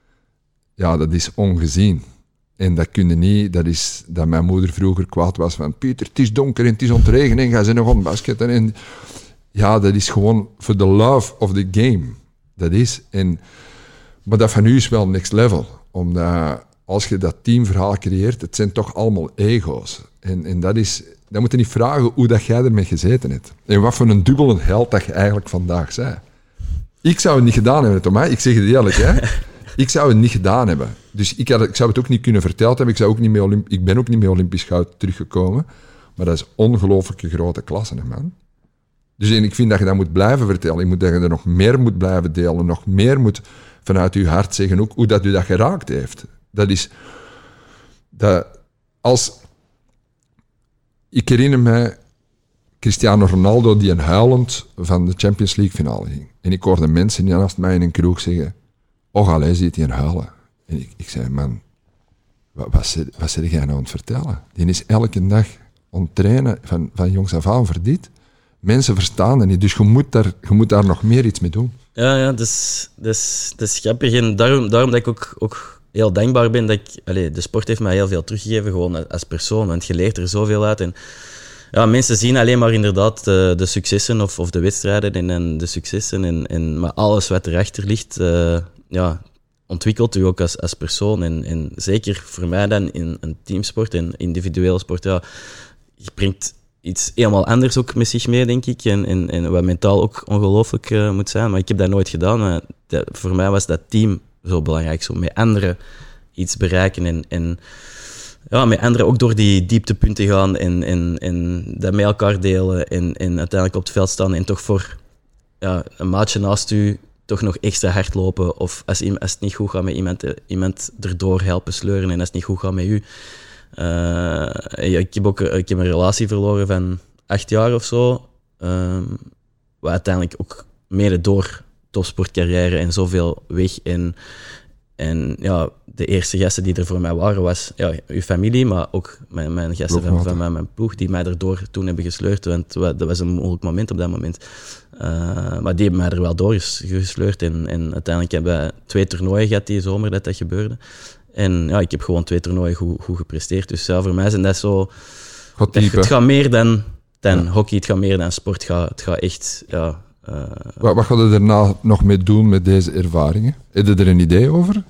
ja, dat is ongezien. En dat kun je niet, dat is dat mijn moeder vroeger kwaad was van Pieter, het is donker en het is ontregenen en ga ze nog aan basketten. En ja, dat is gewoon voor the love of the game. Dat is. En, maar dat van u is wel next level. Omdat als je dat teamverhaal creëert, het zijn toch allemaal ego's. En, en dat is, dan moet je niet vragen hoe dat jij ermee gezeten hebt. En wat voor een dubbele held dat je eigenlijk vandaag zei. Ik zou het niet gedaan hebben, Thomas. Ik zeg het eerlijk, hè. Ik zou het niet gedaan hebben. Dus ik, had, ik zou het ook niet kunnen verteld hebben. Ik, zou ook niet mee Olymp- ik ben ook niet met Olympisch goud teruggekomen. Maar dat is ongelooflijke grote klasse, hè, man. Dus en ik vind dat je dat moet blijven vertellen. Ik moet dat je er nog meer moet blijven delen. Nog meer moet vanuit je hart zeggen ook hoe dat u dat geraakt heeft. Dat is... Dat, als... Ik herinner mij Cristiano Ronaldo die een huilend van de Champions League finale ging. En ik hoorde mensen die naast mij in een kroeg zeggen... Och, allee, zit hij een huilen. En ik, ik zei, man, wat, wat, zit, wat zit jij nou aan het vertellen? Die is elke dag aan het trainen van, van jongs af aan voor dit. Mensen verstaan dat niet, dus je moet daar, je moet daar nog meer iets mee doen. Ja, ja, dat is, dat is, dat is grappig. En daarom, daarom dat ik ook, ook heel dankbaar ben dat ik... Allee, de sport heeft mij heel veel teruggegeven, gewoon als persoon. Want je leert er zoveel uit. En ja, mensen zien alleen maar inderdaad de, de successen of, of de wedstrijden en, en de successen. En, en, maar alles wat erachter ligt... Uh, ja, ontwikkelt u ook als, als persoon. En, en zeker voor mij dan in een teamsport en individuele sport, ja, je brengt iets helemaal anders ook met zich mee, denk ik. En, en, en wat mentaal ook ongelooflijk uh, moet zijn. Maar ik heb dat nooit gedaan. Maar dat, voor mij was dat team zo belangrijk. Zo met anderen iets bereiken en, en ja, met anderen ook door die dieptepunten gaan en, en, en dat met elkaar delen en, en uiteindelijk op het veld staan en toch voor ja, een maatje naast u toch nog extra hard lopen. Of als, als het niet goed gaat met iemand, iemand erdoor helpen sleuren en als het niet goed gaat met u. Uh, ik, heb ook, ik heb een relatie verloren van acht jaar of zo. Um, wat uiteindelijk ook mede door topsportcarrière en zoveel weg. En, en ja, de eerste gasten die er voor mij waren, was ja, uw familie, maar ook mijn, mijn gasten van, van mijn, mijn ploeg, die mij erdoor toen hebben gesleurd. Want dat was een moeilijk moment op dat moment. Uh, maar die hebben mij er wel door gesleurd. En, en uiteindelijk hebben we twee toernooien gehad die zomer dat dat gebeurde. En ja, ik heb gewoon twee toernooien goed, goed gepresteerd. Dus ja, voor mij zijn dat zo... Gaat diep, het gaat meer dan, dan ja. hockey, het gaat meer dan sport. Het gaat, het gaat echt... Ja, uh, wat, wat ga je daarna nog mee doen met deze ervaringen? Heb je er een idee over?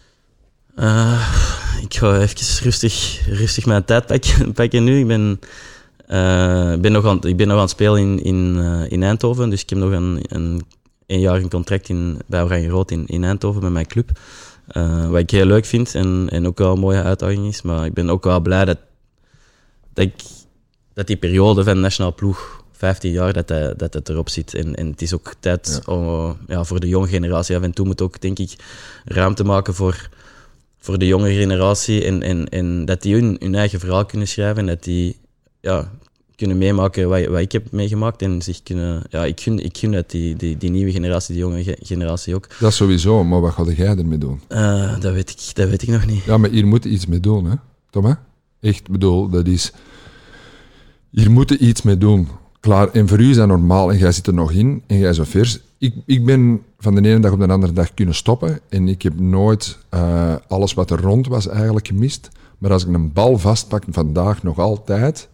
Uh, ik ga even rustig, rustig mijn tijd pakken, pakken nu. Ik ben... Uh, ben nog aan, ik ben nog aan het spelen in, in, uh, in Eindhoven, dus ik heb nog een, een, een jaar een contract in, bij Oranje Rood in, in Eindhoven met mijn club. Uh, wat ik heel leuk vind en, en ook wel een mooie uitdaging is. Maar ik ben ook wel blij dat, dat, ik, dat die periode van de nationale ploeg, vijftien jaar, dat, dat, dat het erop zit. En, en het is ook tijd ja. om, ja, voor de jonge generatie. Af en toe moet ook, denk ik, ruimte maken voor, voor de jonge generatie. En, en, en dat die hun, hun eigen verhaal kunnen schrijven en dat die... Ja, kunnen meemaken wat, wat ik heb meegemaakt. En zich kunnen, ja, ik gun, ik gun dat die, die, die nieuwe generatie, die jonge generatie ook. Dat sowieso, maar wat ga jij ermee doen? Uh, dat, weet ik, dat weet ik nog niet. Ja, maar hier moet je iets mee doen, hè? Thomas? Echt, bedoel, dat is... Hier moet je iets mee doen. Klaar, en voor u is dat normaal en jij zit er nog in en jij zo vers. Ik, ik ben van de ene dag op de andere dag kunnen stoppen en ik heb nooit uh, alles wat er rond was eigenlijk gemist. Maar als ik een bal vastpak vandaag nog altijd,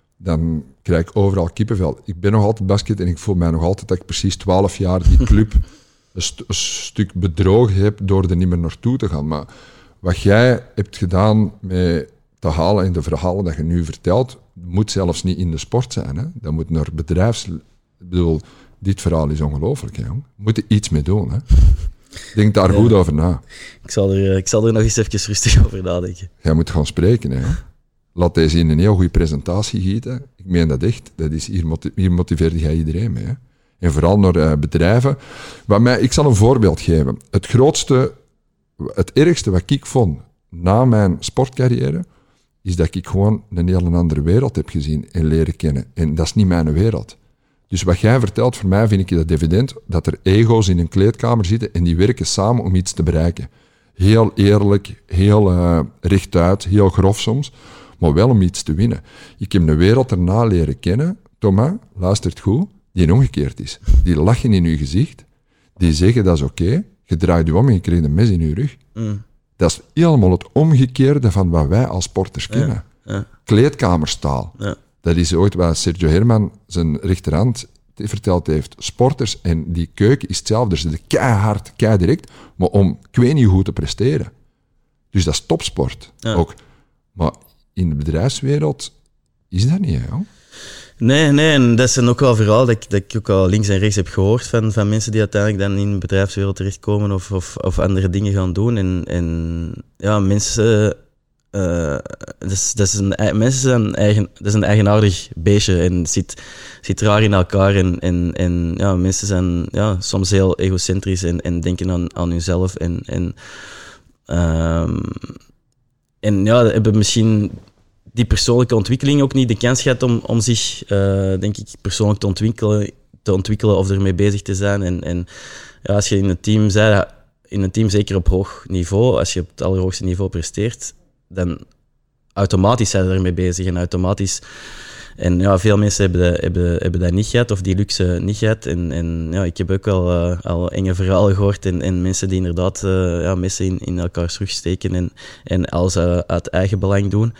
dan krijg ik overal kippenvel. Ik ben nog altijd basket en ik voel mij nog altijd dat ik precies twaalf jaar die club een, st- een stuk bedrogen heb door er niet meer naartoe te gaan. Maar wat jij hebt gedaan met te halen in de verhalen dat je nu vertelt, moet zelfs niet in de sport zijn. Hè? Dat moet naar bedrijfs... Ik bedoel, dit verhaal is ongelooflijk, hè, jong. We moeten iets mee doen. Hè? Denk daar ja. goed over na. Ik zal, er, ik zal er nog eens even rustig over nadenken. Jij moet gaan spreken. Hè? Laat deze in een heel goede presentatie gieten. Ik meen dat echt. Dat is, hier, motiv- hier motiveert jij iedereen mee. Hè? En vooral naar uh, bedrijven. Wat mij, ik zal een voorbeeld geven. Het grootste, het ergste wat ik vond na mijn sportcarrière, is dat ik gewoon een heel andere wereld heb gezien en leren kennen. En dat is niet mijn wereld. Dus wat jij vertelt, voor mij vind ik dat evident, dat er ego's in een kleedkamer zitten en die werken samen om iets te bereiken. Heel eerlijk, heel uh, rechtuit, heel grof soms, maar wel om iets te winnen. Ik heb een wereld erna leren kennen, Thomas, luistert goed, die omgekeerd is. Die lachen in je gezicht, die zeggen dat is oké, okay, je draait je om en je krijgt een mes in je rug. Mm. Dat is helemaal het omgekeerde van wat wij als sporters kennen. Ja, ja. Kleedkamerstaal. Ja. Dat is ooit wat Sergio Herman, zijn rechterhand, verteld heeft. Sporters en die keuken is hetzelfde. Ze zitten keihard, keidirect, maar om ik weet niet goed te presteren. Dus dat is topsport. Ja. Ook. Maar in de bedrijfswereld is dat niet, hè? Nee, nee, en dat zijn ook wel verhalen dat ik, dat ik ook al links en rechts heb gehoord van, van mensen die uiteindelijk dan in de bedrijfswereld terechtkomen of, of, of andere dingen gaan doen. En, en ja, mensen... Uh, dat is, dat is een, mensen zijn eigen, dat is een eigenaardig beestje en zit, zit raar in elkaar. En, en, en ja, mensen zijn ja, soms heel egocentrisch en, en denken aan, aan hunzelf. En, en, um, en ja, hebben misschien die persoonlijke ontwikkeling ook niet de kans gehad om, om zich, uh, denk ik, persoonlijk te ontwikkelen, te ontwikkelen of ermee bezig te zijn. En, en ja, als je in een team zei, in een team zeker op hoog niveau, als je op het allerhoogste niveau presteert, dan automatisch zijn ze ermee bezig en automatisch... En ja, veel mensen hebben dat, hebben, hebben dat niet gehad, of die luxe niet gehad. En, en ja, ik heb ook al, uh, al enge verhalen gehoord en, en mensen die inderdaad uh, ja, mensen in, in elkaar rugsteken en, en alles uh, uit eigen belang doen.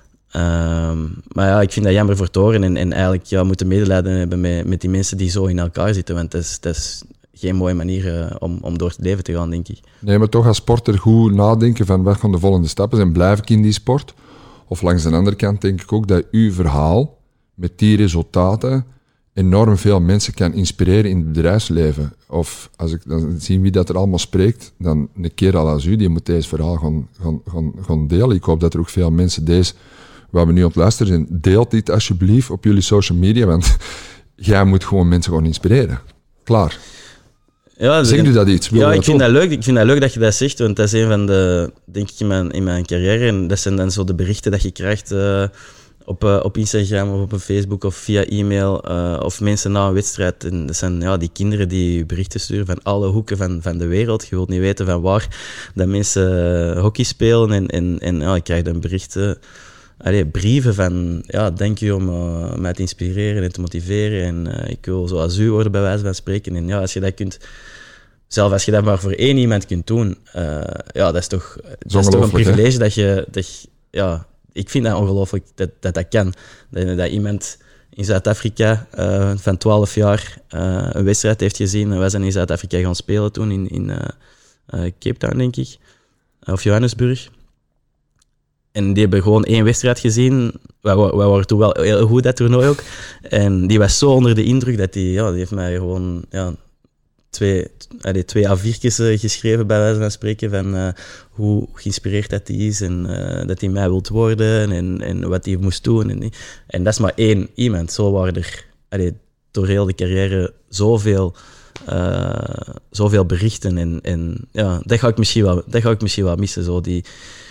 Um, maar ja, ik vind dat jammer voor het horen en, en eigenlijk ja, moeten medelijden hebben met, met die mensen die zo in elkaar zitten, want dat is... Dat is geen mooie manier uh, om, om door het leven te gaan, denk ik. Nee, maar toch als sporter goed nadenken van wat gaan de volgende stappen zijn. Blijf ik in die sport? Of langs de andere kant denk ik ook dat uw verhaal met die resultaten enorm veel mensen kan inspireren in het bedrijfsleven. Of als ik dan zie wie dat er allemaal spreekt, dan een kerel als u, die moet deze verhaal gaan, gaan, gaan, gaan delen. Ik hoop dat er ook veel mensen deze, waar we nu op luisteren zijn, deelt dit alsjeblieft op jullie social media, want jij moet gewoon mensen gaan inspireren. Klaar. Ja, zeg u dat iets? Ja, dat ik vind dat, leuk, ik vind dat leuk dat je dat zegt, want dat is een van de, denk ik, in mijn, in mijn carrière. En dat zijn dan zo de berichten dat je krijgt uh, op, uh, op Instagram of op Facebook of via e-mail. Uh, of mensen na een wedstrijd. En dat zijn ja, die kinderen die berichten sturen van alle hoeken van, van de wereld. Je wilt niet weten van waar dat mensen uh, hockey spelen. En, en, en ja, ik krijg dan berichten... Allee, brieven van, ja, dank u om uh, mij te inspireren en te motiveren. En uh, ik wil zoals u worden, bij wijze van spreken. En ja, als je dat kunt, zelf als je dat maar voor één iemand kunt doen, uh, ja, dat is toch, dat is toch een privilege dat je, dat je, ja, ik vind dat ongelooflijk dat dat, dat kan. Dat, dat iemand in Zuid-Afrika uh, van twaalf jaar uh, een wedstrijd heeft gezien. Wij zijn in Zuid-Afrika gaan spelen toen, in, in uh, uh, Cape Town, denk ik. Of Johannesburg. En die hebben gewoon één wedstrijd gezien. Wij, wij waren toen wel heel goed, dat toernooi ook. En die was zo onder de indruk dat die, ja, die heeft mij gewoon ja, twee, allee, twee A viertjes geschreven, bij wijze van spreken, van uh, hoe geïnspireerd dat hij is en uh, dat hij mij wilt worden en, en wat hij moest doen. En, en dat is maar één iemand. Zo waren er allee, door heel de carrière zoveel, uh, zoveel berichten. En, en ja, dat ga ik misschien wel, dat ga ik misschien wel missen. Zo die,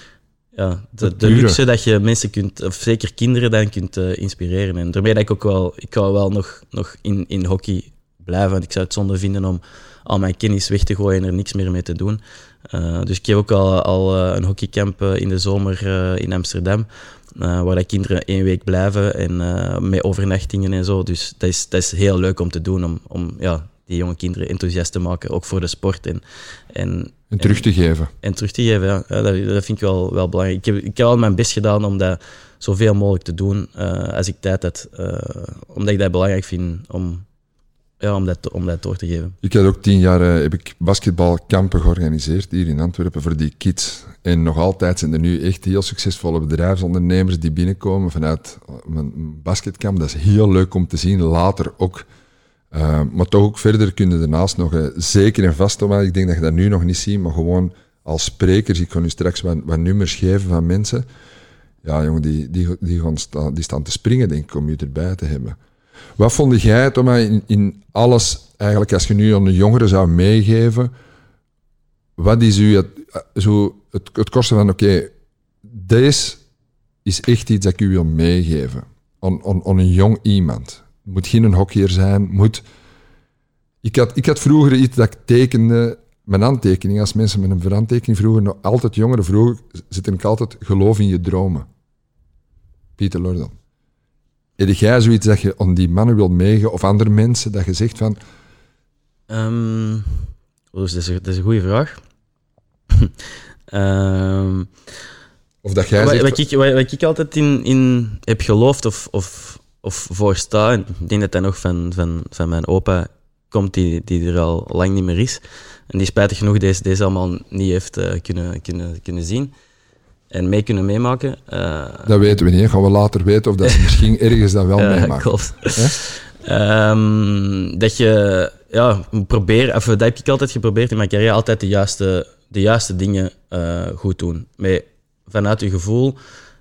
ja, de, de luxe dat je mensen kunt, of zeker kinderen, dan kunt uh, inspireren. En daarmee dat ik ook wel, ik ga wel nog, nog in, in hockey blijven, want ik zou het zonde vinden om al mijn kennis weg te gooien en er niks meer mee te doen. Uh, dus ik heb ook al, al uh, een hockeycamp uh, in de zomer uh, in Amsterdam, uh, waar dat kinderen één week blijven en uh, met overnachtingen en zo. Dus dat is, dat is heel leuk om te doen, om, om ja, die jonge kinderen enthousiast te maken, ook voor de sport. En, en, en terug te geven. En terug te geven, ja. ja dat, dat vind ik wel, wel belangrijk. Ik heb, ik heb al mijn best gedaan om dat zoveel mogelijk te doen, uh, als ik tijd had. Uh, omdat ik dat belangrijk vind om... Ja, om dat, om dat door te geven. Ik had ook tien jaar uh, heb ik basketbalkampen georganiseerd hier in Antwerpen voor die kids. En nog altijd zijn er nu echt heel succesvolle bedrijfsondernemers die binnenkomen vanuit een basketkamp. Dat is heel leuk om te zien. Later ook. Uh, maar toch ook verder kunnen daarnaast nog uh, zeker en vast, maar ik denk dat je dat nu nog niet ziet, maar gewoon als sprekers, ik ga nu straks wat, wat nummers geven van mensen. Ja, jongen, die, die, die, gaan sta, die staan te springen, denk ik, om je erbij te hebben. Wat vond jij, Thomas, in, in alles, eigenlijk als je nu aan de jongeren zou meegeven, wat is u het, zo het, het kosten van, oké, okay, deze is echt iets dat ik u wil meegeven aan, aan, aan een jong iemand. Het moet geen hockeyer zijn, moet... Ik had, ik had vroeger iets dat ik tekende, mijn handtekening, als mensen met een handtekening vroegen, nog altijd jongeren vroegen, zit ik altijd geloof in je dromen. Pieter Lordon. Heb jij zoiets dat je aan die mannen wilt meegeven, of andere mensen, dat je zegt van... Um, dus dat, is, dat is een goede vraag. um, of dat jij wat, zegt... Wat ik, wat, wat ik altijd in, in heb geloofd of, of, of voor sta, en ik denk dat dat nog van, van, van mijn opa komt, die, die er al lang niet meer is, en die spijtig genoeg deze, deze allemaal niet heeft uh, kunnen, kunnen, kunnen zien en mee kunnen meemaken. Uh, dat weten we niet, gaan we later weten of dat ze misschien ergens dat wel uh, meemaken. Klopt. Um, dat je ja, probeert, of dat heb ik altijd geprobeerd in mijn carrière, altijd de juiste, de juiste dingen uh, goed doen. Met, vanuit je gevoel,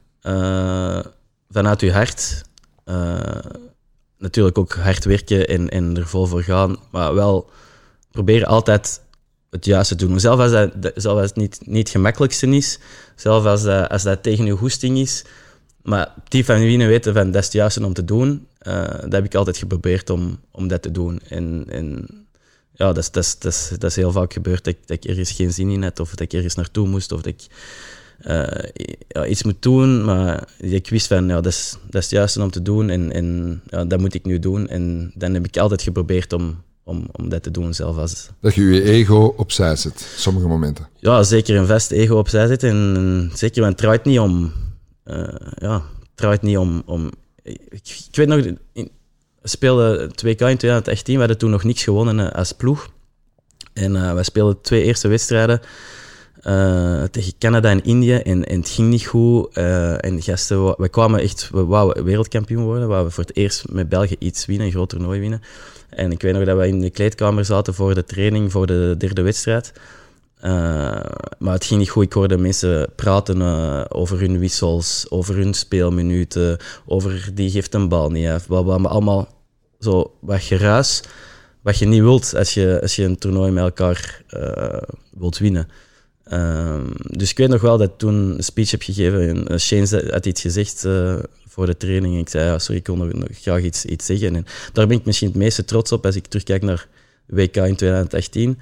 uh, vanuit je hart. Uh, natuurlijk ook hard werken en, en er vol voor gaan, maar wel proberen altijd het juiste te doen. Zelfs als dat, zelfs als het niet, niet het gemakkelijkste is, zelfs als dat, als dat tegen je goesting is, maar die van jullie weten van dat is het juiste om te doen, uh, dat heb ik altijd geprobeerd om, om dat te doen. En, en ja, dat is, dat, is, dat, is, dat is heel vaak gebeurd dat ik, dat ik ergens geen zin in had, of dat ik ergens naartoe moest, of dat ik uh, ja, iets moet doen, maar ik wist van, ja, dat is, dat is het juiste om te doen en, en ja, dat moet ik nu doen. En dan heb ik altijd geprobeerd om, om, om dat te doen zelf. Als... Dat je je ego opzij zet, sommige momenten. Ja, zeker een vast ego opzij zetten. En, en zeker, want het draait niet om... Uh, ja, het draait niet om... om ik, ik weet nog, we speelden het W K in twintig achttien, we hadden toen nog niks gewonnen uh, als ploeg. En uh, wij speelden twee eerste wedstrijden uh, tegen Canada en Indië en, en het ging niet goed. Uh, en gasten, we kwamen echt... We wouden wereldkampioen worden, we wouden voor het eerst met België iets winnen, een groot toernooi winnen. En ik weet nog dat we in de kleedkamer zaten voor de training, voor de derde wedstrijd. Uh, maar het ging niet goed. Ik hoorde mensen praten uh, over hun wissels, over hun speelminuten, over die geeft een bal niet af. Wat, wat, allemaal zo wat geruis, wat je niet wilt als je, als je een toernooi met elkaar uh, wilt winnen. Uh, dus ik weet nog wel dat ik toen een speech heb gegeven en Shane had iets gezegd uh, voor de training. En ik zei, ja, sorry, ik wil nog, nog graag iets, iets zeggen. En daar ben ik misschien het meeste trots op als ik terugkijk naar W K in twintig achttien.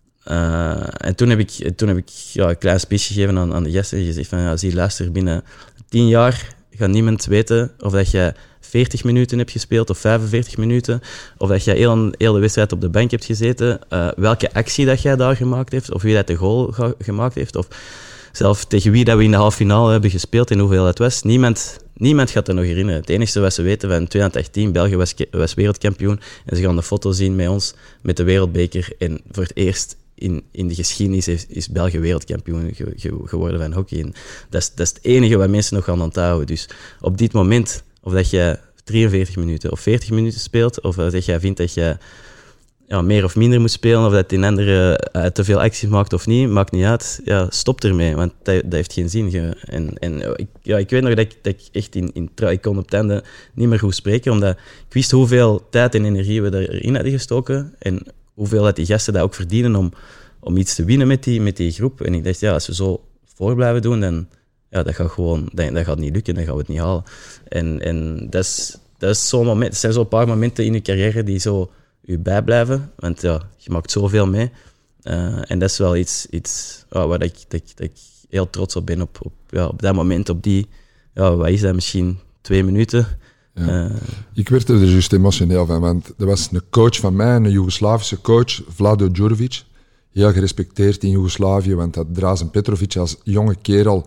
Uh, en toen heb ik, toen heb ik ja, een klein speech gegeven aan, aan de gasten en gezegd van, ja, zie, luister, binnen tien jaar gaat niemand weten of dat je veertig minuten hebt gespeeld of vijfenveertig minuten, of dat je heel, heel de wedstrijd op de bank hebt gezeten, uh, welke actie dat jij daar gemaakt heeft, of wie dat de goal ga, gemaakt heeft, of zelf tegen wie dat we in de halve finale hebben gespeeld en hoeveel het was. Niemand, niemand gaat er nog herinneren. Het enige wat ze weten van twintig achttien, België was, was wereldkampioen en ze gaan de foto zien met ons, met de wereldbeker en voor het eerst In, in de geschiedenis is, is België wereldkampioen ge, ge, geworden van hockey. En dat, is, dat is het enige wat mensen nog gaan onthouden. Dus op dit moment, of dat je drieënveertig minuten of veertig minuten speelt, of dat jij vindt dat je ja, meer of minder moet spelen, of dat een andere uh, te veel acties maakt of niet, maakt niet uit. Ja, stop ermee, want dat, dat heeft geen zin. Ge, en en ik, ja, ik weet nog dat ik, dat ik echt in, in ik kon op het einde niet meer goed spreken, omdat ik wist hoeveel tijd en energie we erin hadden gestoken en hoeveel dat die gasten dat ook verdienen om, om iets te winnen met die, met die groep. En ik dacht, ja, als we zo voor blijven doen, dan, ja, dat gaat gewoon dat, dat gaat niet lukken, dat gaan we het niet halen. En, en dat, is, dat, is zo'n moment, dat zijn zo'n paar momenten in je carrière die zo je bijblijven. Want ja, je maakt zoveel mee. Uh, en dat is wel iets, iets ja, waar ik, dat, dat ik heel trots op ben. Op, op, ja, op dat moment, op die, ja, wat is dat, misschien twee minuten. Ja. Uh, ik werd er dus juist emotioneel van, want er was een coach van mij, een Joegoslavische coach, Vlado Djurjevic, heel gerespecteerd in Joegoslavië, want dat Drazen Petrovic als jonge kerel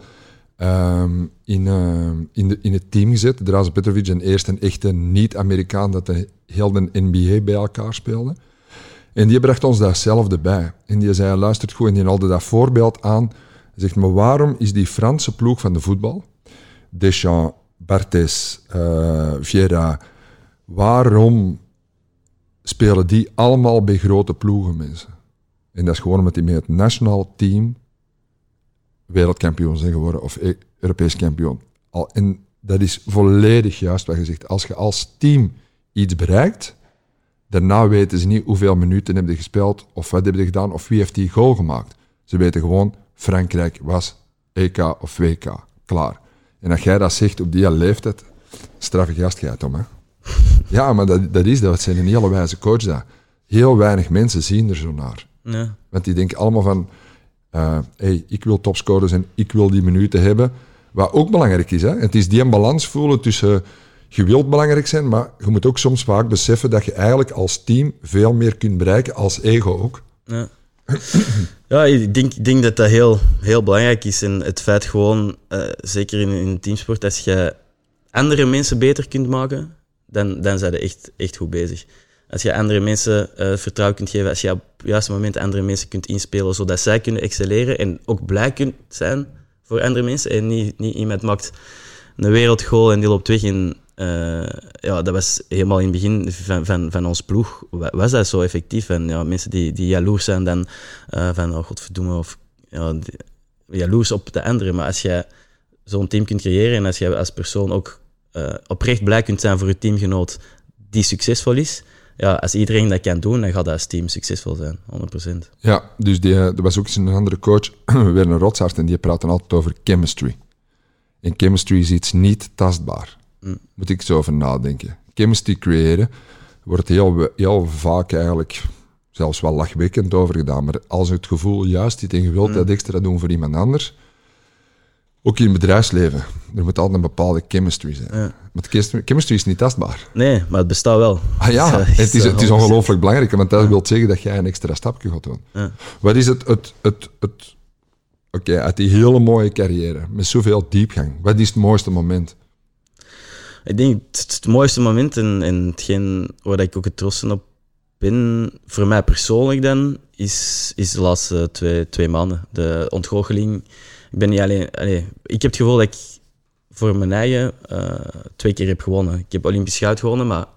um, in, uh, in, de, in het team gezet. Drazen Petrovic, een eerste een echte niet-Amerikaan dat de heel de N B A bij elkaar speelde. En die bracht ons datzelfde bij. En die zei, luistert goed, en die haalde dat voorbeeld aan. Hij zegt, maar waarom is die Franse ploeg van de voetbal, Deschamps, Barthez, uh, Vieira, waarom spelen die allemaal bij grote ploegen, mensen? En dat is gewoon omdat die met het nationaal team wereldkampioen zijn geworden of Europees kampioen. Al, en dat is volledig juist wat je zegt. Als je als team iets bereikt, daarna weten ze niet hoeveel minuten hebben gespeeld of wat hebben ze gedaan of wie heeft die goal gemaakt. Ze weten gewoon, Frankrijk was E K of W K. Klaar. En als jij dat zegt op die leeftijd, straffe gastheid om, hè. Ja, maar dat, dat is dat. Het zijn een hele wijze coach dat. Heel weinig mensen zien er zo naar. Ja. Want die denken allemaal van, uh, hey, ik wil topscorer zijn, ik wil die minuten hebben. Wat ook belangrijk is, hè. Het is die balans voelen tussen, je wilt belangrijk zijn, maar je moet ook soms vaak beseffen dat je eigenlijk als team veel meer kunt bereiken, als ego ook. Ja. Ja, ik denk, ik denk dat dat heel, heel belangrijk is. En het feit gewoon, uh, zeker in, in teamsport, als je andere mensen beter kunt maken, dan, dan zijn ze echt, echt goed bezig. Als je andere mensen uh, vertrouwen kunt geven, als je op het juiste moment andere mensen kunt inspelen, zodat zij kunnen excelleren en ook blij kunt zijn voor andere mensen. En niet, niet iemand maakt een wereldgoal en die loopt weg. En, uh, ja, dat was helemaal in het begin van, van, van ons ploeg, was dat zo effectief. En ja, mensen die, die jaloers zijn dan uh, van, oh godverdomme, of ja, die, jaloers op de anderen. Maar als je zo'n team kunt creëren en als je als persoon ook uh, oprecht blij kunt zijn voor je teamgenoot die succesvol is, ja, als iedereen dat kan doen, dan gaat dat als team succesvol zijn, honderd procent. Ja, dus die, er was ook eens een andere coach, weer een Rotsaert, en die praten altijd over chemistry. En chemistry is iets niet tastbaar. Mm. Moet ik zo over nadenken. Chemistry creëren wordt heel, heel vaak eigenlijk zelfs wel lachwekkend over gedaan, maar als het gevoel juist zit en je wilt mm. dat extra doen voor iemand anders, ook in het bedrijfsleven, er moet altijd een bepaalde chemistry zijn. Ja. Maar chemistry is niet tastbaar. Nee, maar het bestaat wel. Ah ja, het is, het is ongelooflijk belangrijk, want dat ja. wil zeggen dat jij een extra stapje gaat doen. Ja. Wat is het, het, het, het oké, okay, uit die hele mooie carrière, met zoveel diepgang, wat is het mooiste moment? Ik denk het, het mooiste moment en, en hetgeen waar ik ook het trossen op ben, voor mij persoonlijk dan, is, is de laatste twee, twee maanden. De ontgoocheling. Ik ben niet alleen, alleen... Ik heb het gevoel dat ik voor mijn eigen uh, twee keer heb gewonnen. Ik heb Olympisch goud gewonnen, maar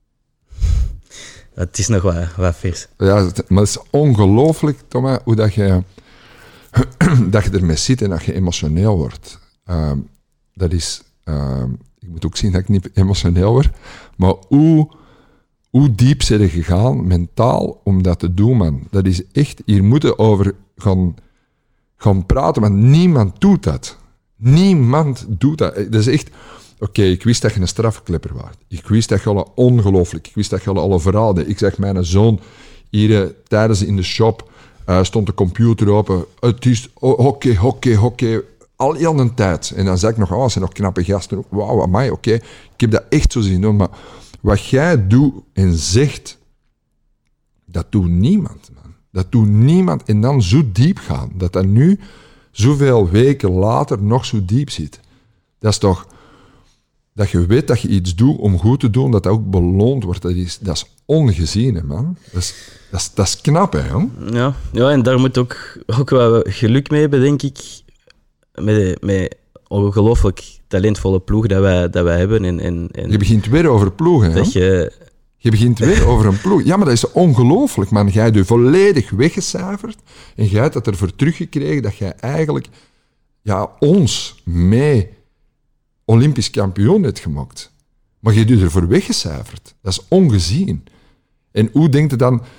het is nog wat, wat vers. Ja, maar het is ongelooflijk, Thomas, hoe dat je, dat je ermee zit en dat je emotioneel wordt. Uh, dat is... Uh, ik moet ook zien dat ik niet emotioneel word, maar hoe, hoe diep zijn er gegaan, mentaal, om dat te doen, man. Dat is echt... Hier moeten over gaan... gaan praten, want niemand doet dat. Niemand doet dat. Dat is echt... Oké, okay, ik wist dat je een strafklepper was. Ik wist dat je al ongelooflijk... Ik wist dat je al verhaal deed. Ik zag mijn zoon hier uh, tijdens in de shop uh, stond de computer open. Het is hockey, hockey, hockey. Al heel een tijd. En dan zei ik nog, oh, zijn nog knappe gasten. Wauw, amai, oké. Okay. Ik heb dat echt zo zien doen. Maar wat jij doet en zegt, dat doet niemand, man. Dat doet niemand. En dan zo diep gaan. Dat dat nu, zoveel weken later, nog zo diep zit. Dat is toch... Dat je weet dat je iets doet om goed te doen, dat dat ook beloond wordt. Dat is, dat is ongezien, hè, man. Dat is, dat is, dat is knap, hè, jong. Ja, ja, en daar moet ook, ook wel geluk mee hebben, denk ik. Met, met ongelooflijk talentvolle ploeg dat wij, dat wij hebben. En, en, en je begint weer over ploegen, hè? Dat je... je begint weer over een ploeg. Ja, maar dat is ongelooflijk, man. Jij hebt je volledig weggecijferd en jij hebt dat ervoor teruggekregen dat jij eigenlijk ja, ons mee Olympisch kampioen hebt gemaakt. Maar je hebt je ervoor weggecijferd. Dat is ongezien. En hoe denkt je dan...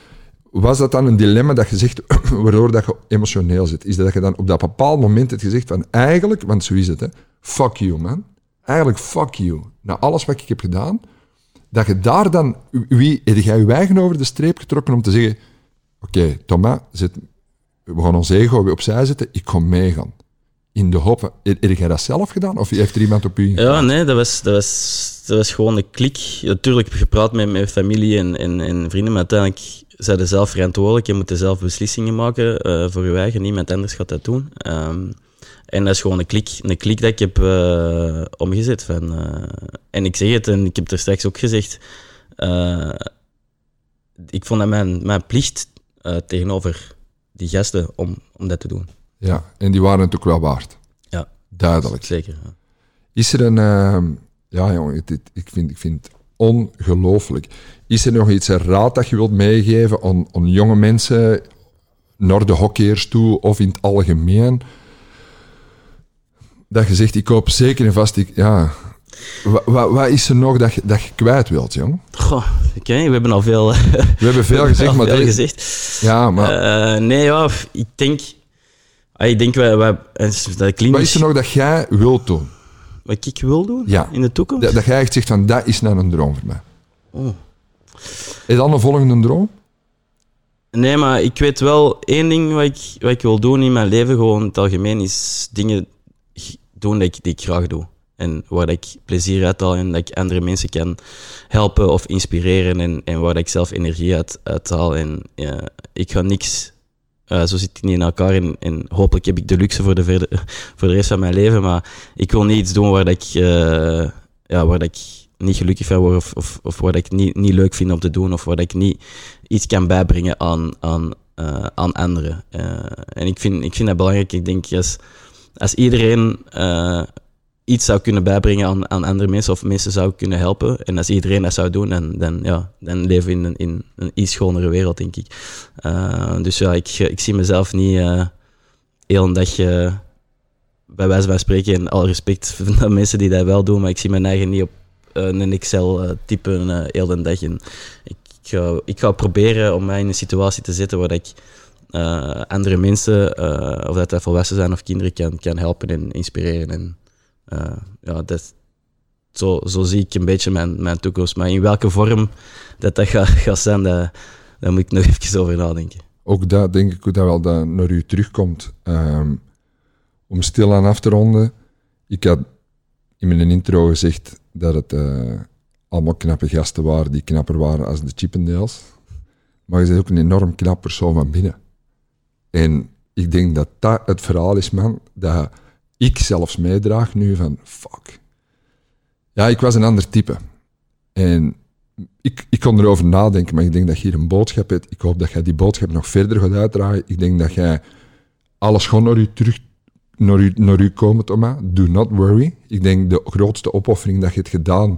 Was dat dan een dilemma dat je zegt, waardoor dat je emotioneel zit? Is dat, dat je dan op dat bepaald moment hebt gezegd van eigenlijk, want zo is het, hè, fuck you, man. Eigenlijk fuck you. Na alles wat ik heb gedaan, dat je daar dan, wie, heb jij je eigen over de streep getrokken om te zeggen, oké, okay, Thomas, zet, we gaan ons ego weer opzij zetten, ik kom meegaan. In de hoop, heb, heb jij dat zelf gedaan? Of heeft er iemand op u ingegaan? Ja, nee, dat was, dat was, dat was gewoon een klik. Natuurlijk heb ik gepraat met mijn familie en, en, en vrienden, maar uiteindelijk zijn ze zelf verantwoordelijk. Je moet zelf beslissingen maken uh, voor je eigen. Niemand anders gaat dat doen. Um, en dat is gewoon een klik, een klik dat ik heb uh, omgezet. Van, uh, en ik zeg het, en ik heb het er straks ook gezegd, uh, ik vond dat mijn, mijn plicht uh, tegenover die gasten om, om dat te doen. Ja, en die waren het ook wel waard. Ja, duidelijk. Zeker. Ja. Is er een... Uh, ja, jongen, het, het, ik, vind, ik vind het ongelooflijk. Is er nog iets, een raad dat je wilt meegeven aan, aan jonge mensen, naar de hockeyers toe, of in het algemeen? Dat je zegt, ik hoop zeker en vast... Ik, ja, wat, wat, wat is er nog dat je, dat je kwijt wilt, jong? Goh, oké, okay, we hebben al veel... We hebben veel gezegd, maar... veel dit, gezegd. Ja, maar... Uh, nee, ja, ik denk... Ik denk, wij, wij, dat klinkt... Wat is er nog dat jij wilt doen? Wat ik wil doen? Ja. In de toekomst? Dat, dat jij echt zegt van, dat is nou een droom voor mij. Oh. Is dat een volgende droom? Nee, maar ik weet wel één ding wat ik, wat ik wil doen in mijn leven, gewoon in het algemeen, is dingen doen die ik, die ik graag doe. En waar ik plezier uit haal en dat ik andere mensen kan helpen of inspireren en, en waar ik zelf energie uit, uit haal. En ja, ik ga niks... Uh, zo zit ik niet in elkaar en, en hopelijk heb ik de luxe voor de, verde, voor de rest van mijn leven, maar ik wil niet iets doen waar ik, uh, ja, waar ik niet gelukkig van word of, of, of waar ik niet, niet leuk vind om te doen of waar ik niet iets kan bijbrengen aan, aan, uh, aan anderen. Uh, en ik vind, ik vind dat belangrijk. Ik denk, als, als iedereen uh, iets zou kunnen bijbrengen aan, aan andere mensen of mensen zou kunnen helpen, en als iedereen dat zou doen, dan, dan, ja, dan leven we in een, in een iets schonere wereld, denk ik. Uh, dus ja, ik, ik zie mezelf niet uh, heel een dag, uh, bij wijze van spreken, en alle respect voor de mensen die dat wel doen, maar ik zie mijn eigen niet op uh, een Excel-type uh, heel de dag. En ik, ik, ga, ik ga proberen om mij in een situatie te zetten waar ik uh, andere mensen, uh, of dat dat volwassen zijn of kinderen, kan, kan helpen en inspireren. En, Uh, ja, dat, zo, zo zie ik een beetje mijn, mijn toekomst. Maar in welke vorm dat, dat gaat, gaat zijn, dat, daar moet ik nog even over nadenken. Ook dat denk ik dat wel dat naar u terugkomt. Um, om stilaan af te ronden. Ik had in mijn intro gezegd dat het uh, allemaal knappe gasten waren die knapper waren als de Chippendales. Maar je bent ook een enorm knap persoon van binnen. En ik denk dat dat het verhaal is, man, dat ik zelfs meedraag nu van, fuck. Ja, ik was een ander type. En ik, ik kon erover nadenken, maar ik denk dat je hier een boodschap hebt. Ik hoop dat jij die boodschap nog verder gaat uitdragen. Ik denk dat jij alles gewoon naar u terug, naar u, naar u komt, Thomas. Do not worry. Ik denk de grootste opoffering dat je hebt gedaan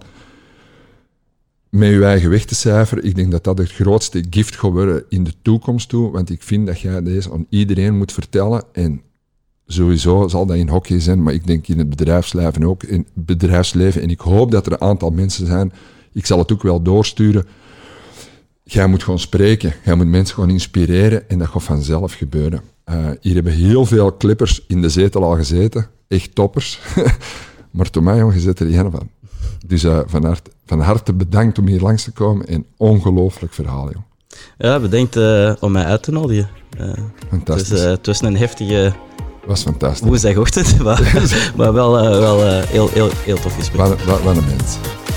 met je eigen weg te cijferen, ik denk dat dat het grootste gift gaat worden in de toekomst toe, want ik vind dat jij deze aan iedereen moet vertellen en sowieso zal dat in hockey zijn, maar ik denk in het bedrijfsleven ook, in het bedrijfsleven. En ik hoop dat er een aantal mensen zijn, ik zal het ook wel doorsturen. Jij moet gewoon spreken, jij moet mensen gewoon inspireren en dat gaat vanzelf gebeuren. Uh, hier hebben heel veel clippers in de zetel al gezeten, echt toppers. Maar Thomas, jong, je zit er geen van. Dus uh, van, harte, van harte bedankt om hier langs te komen en ongelooflijk verhaal, jong. Ja, bedankt uh, om mij uit te nodigen. Uh, Fantastisch. Het, is, uh, het was een heftige... was fantastisch. Woensdagochtend, maar, maar wel, uh, wel uh, heel, heel, heel tof gesprek. Wat, wat, wat een mens.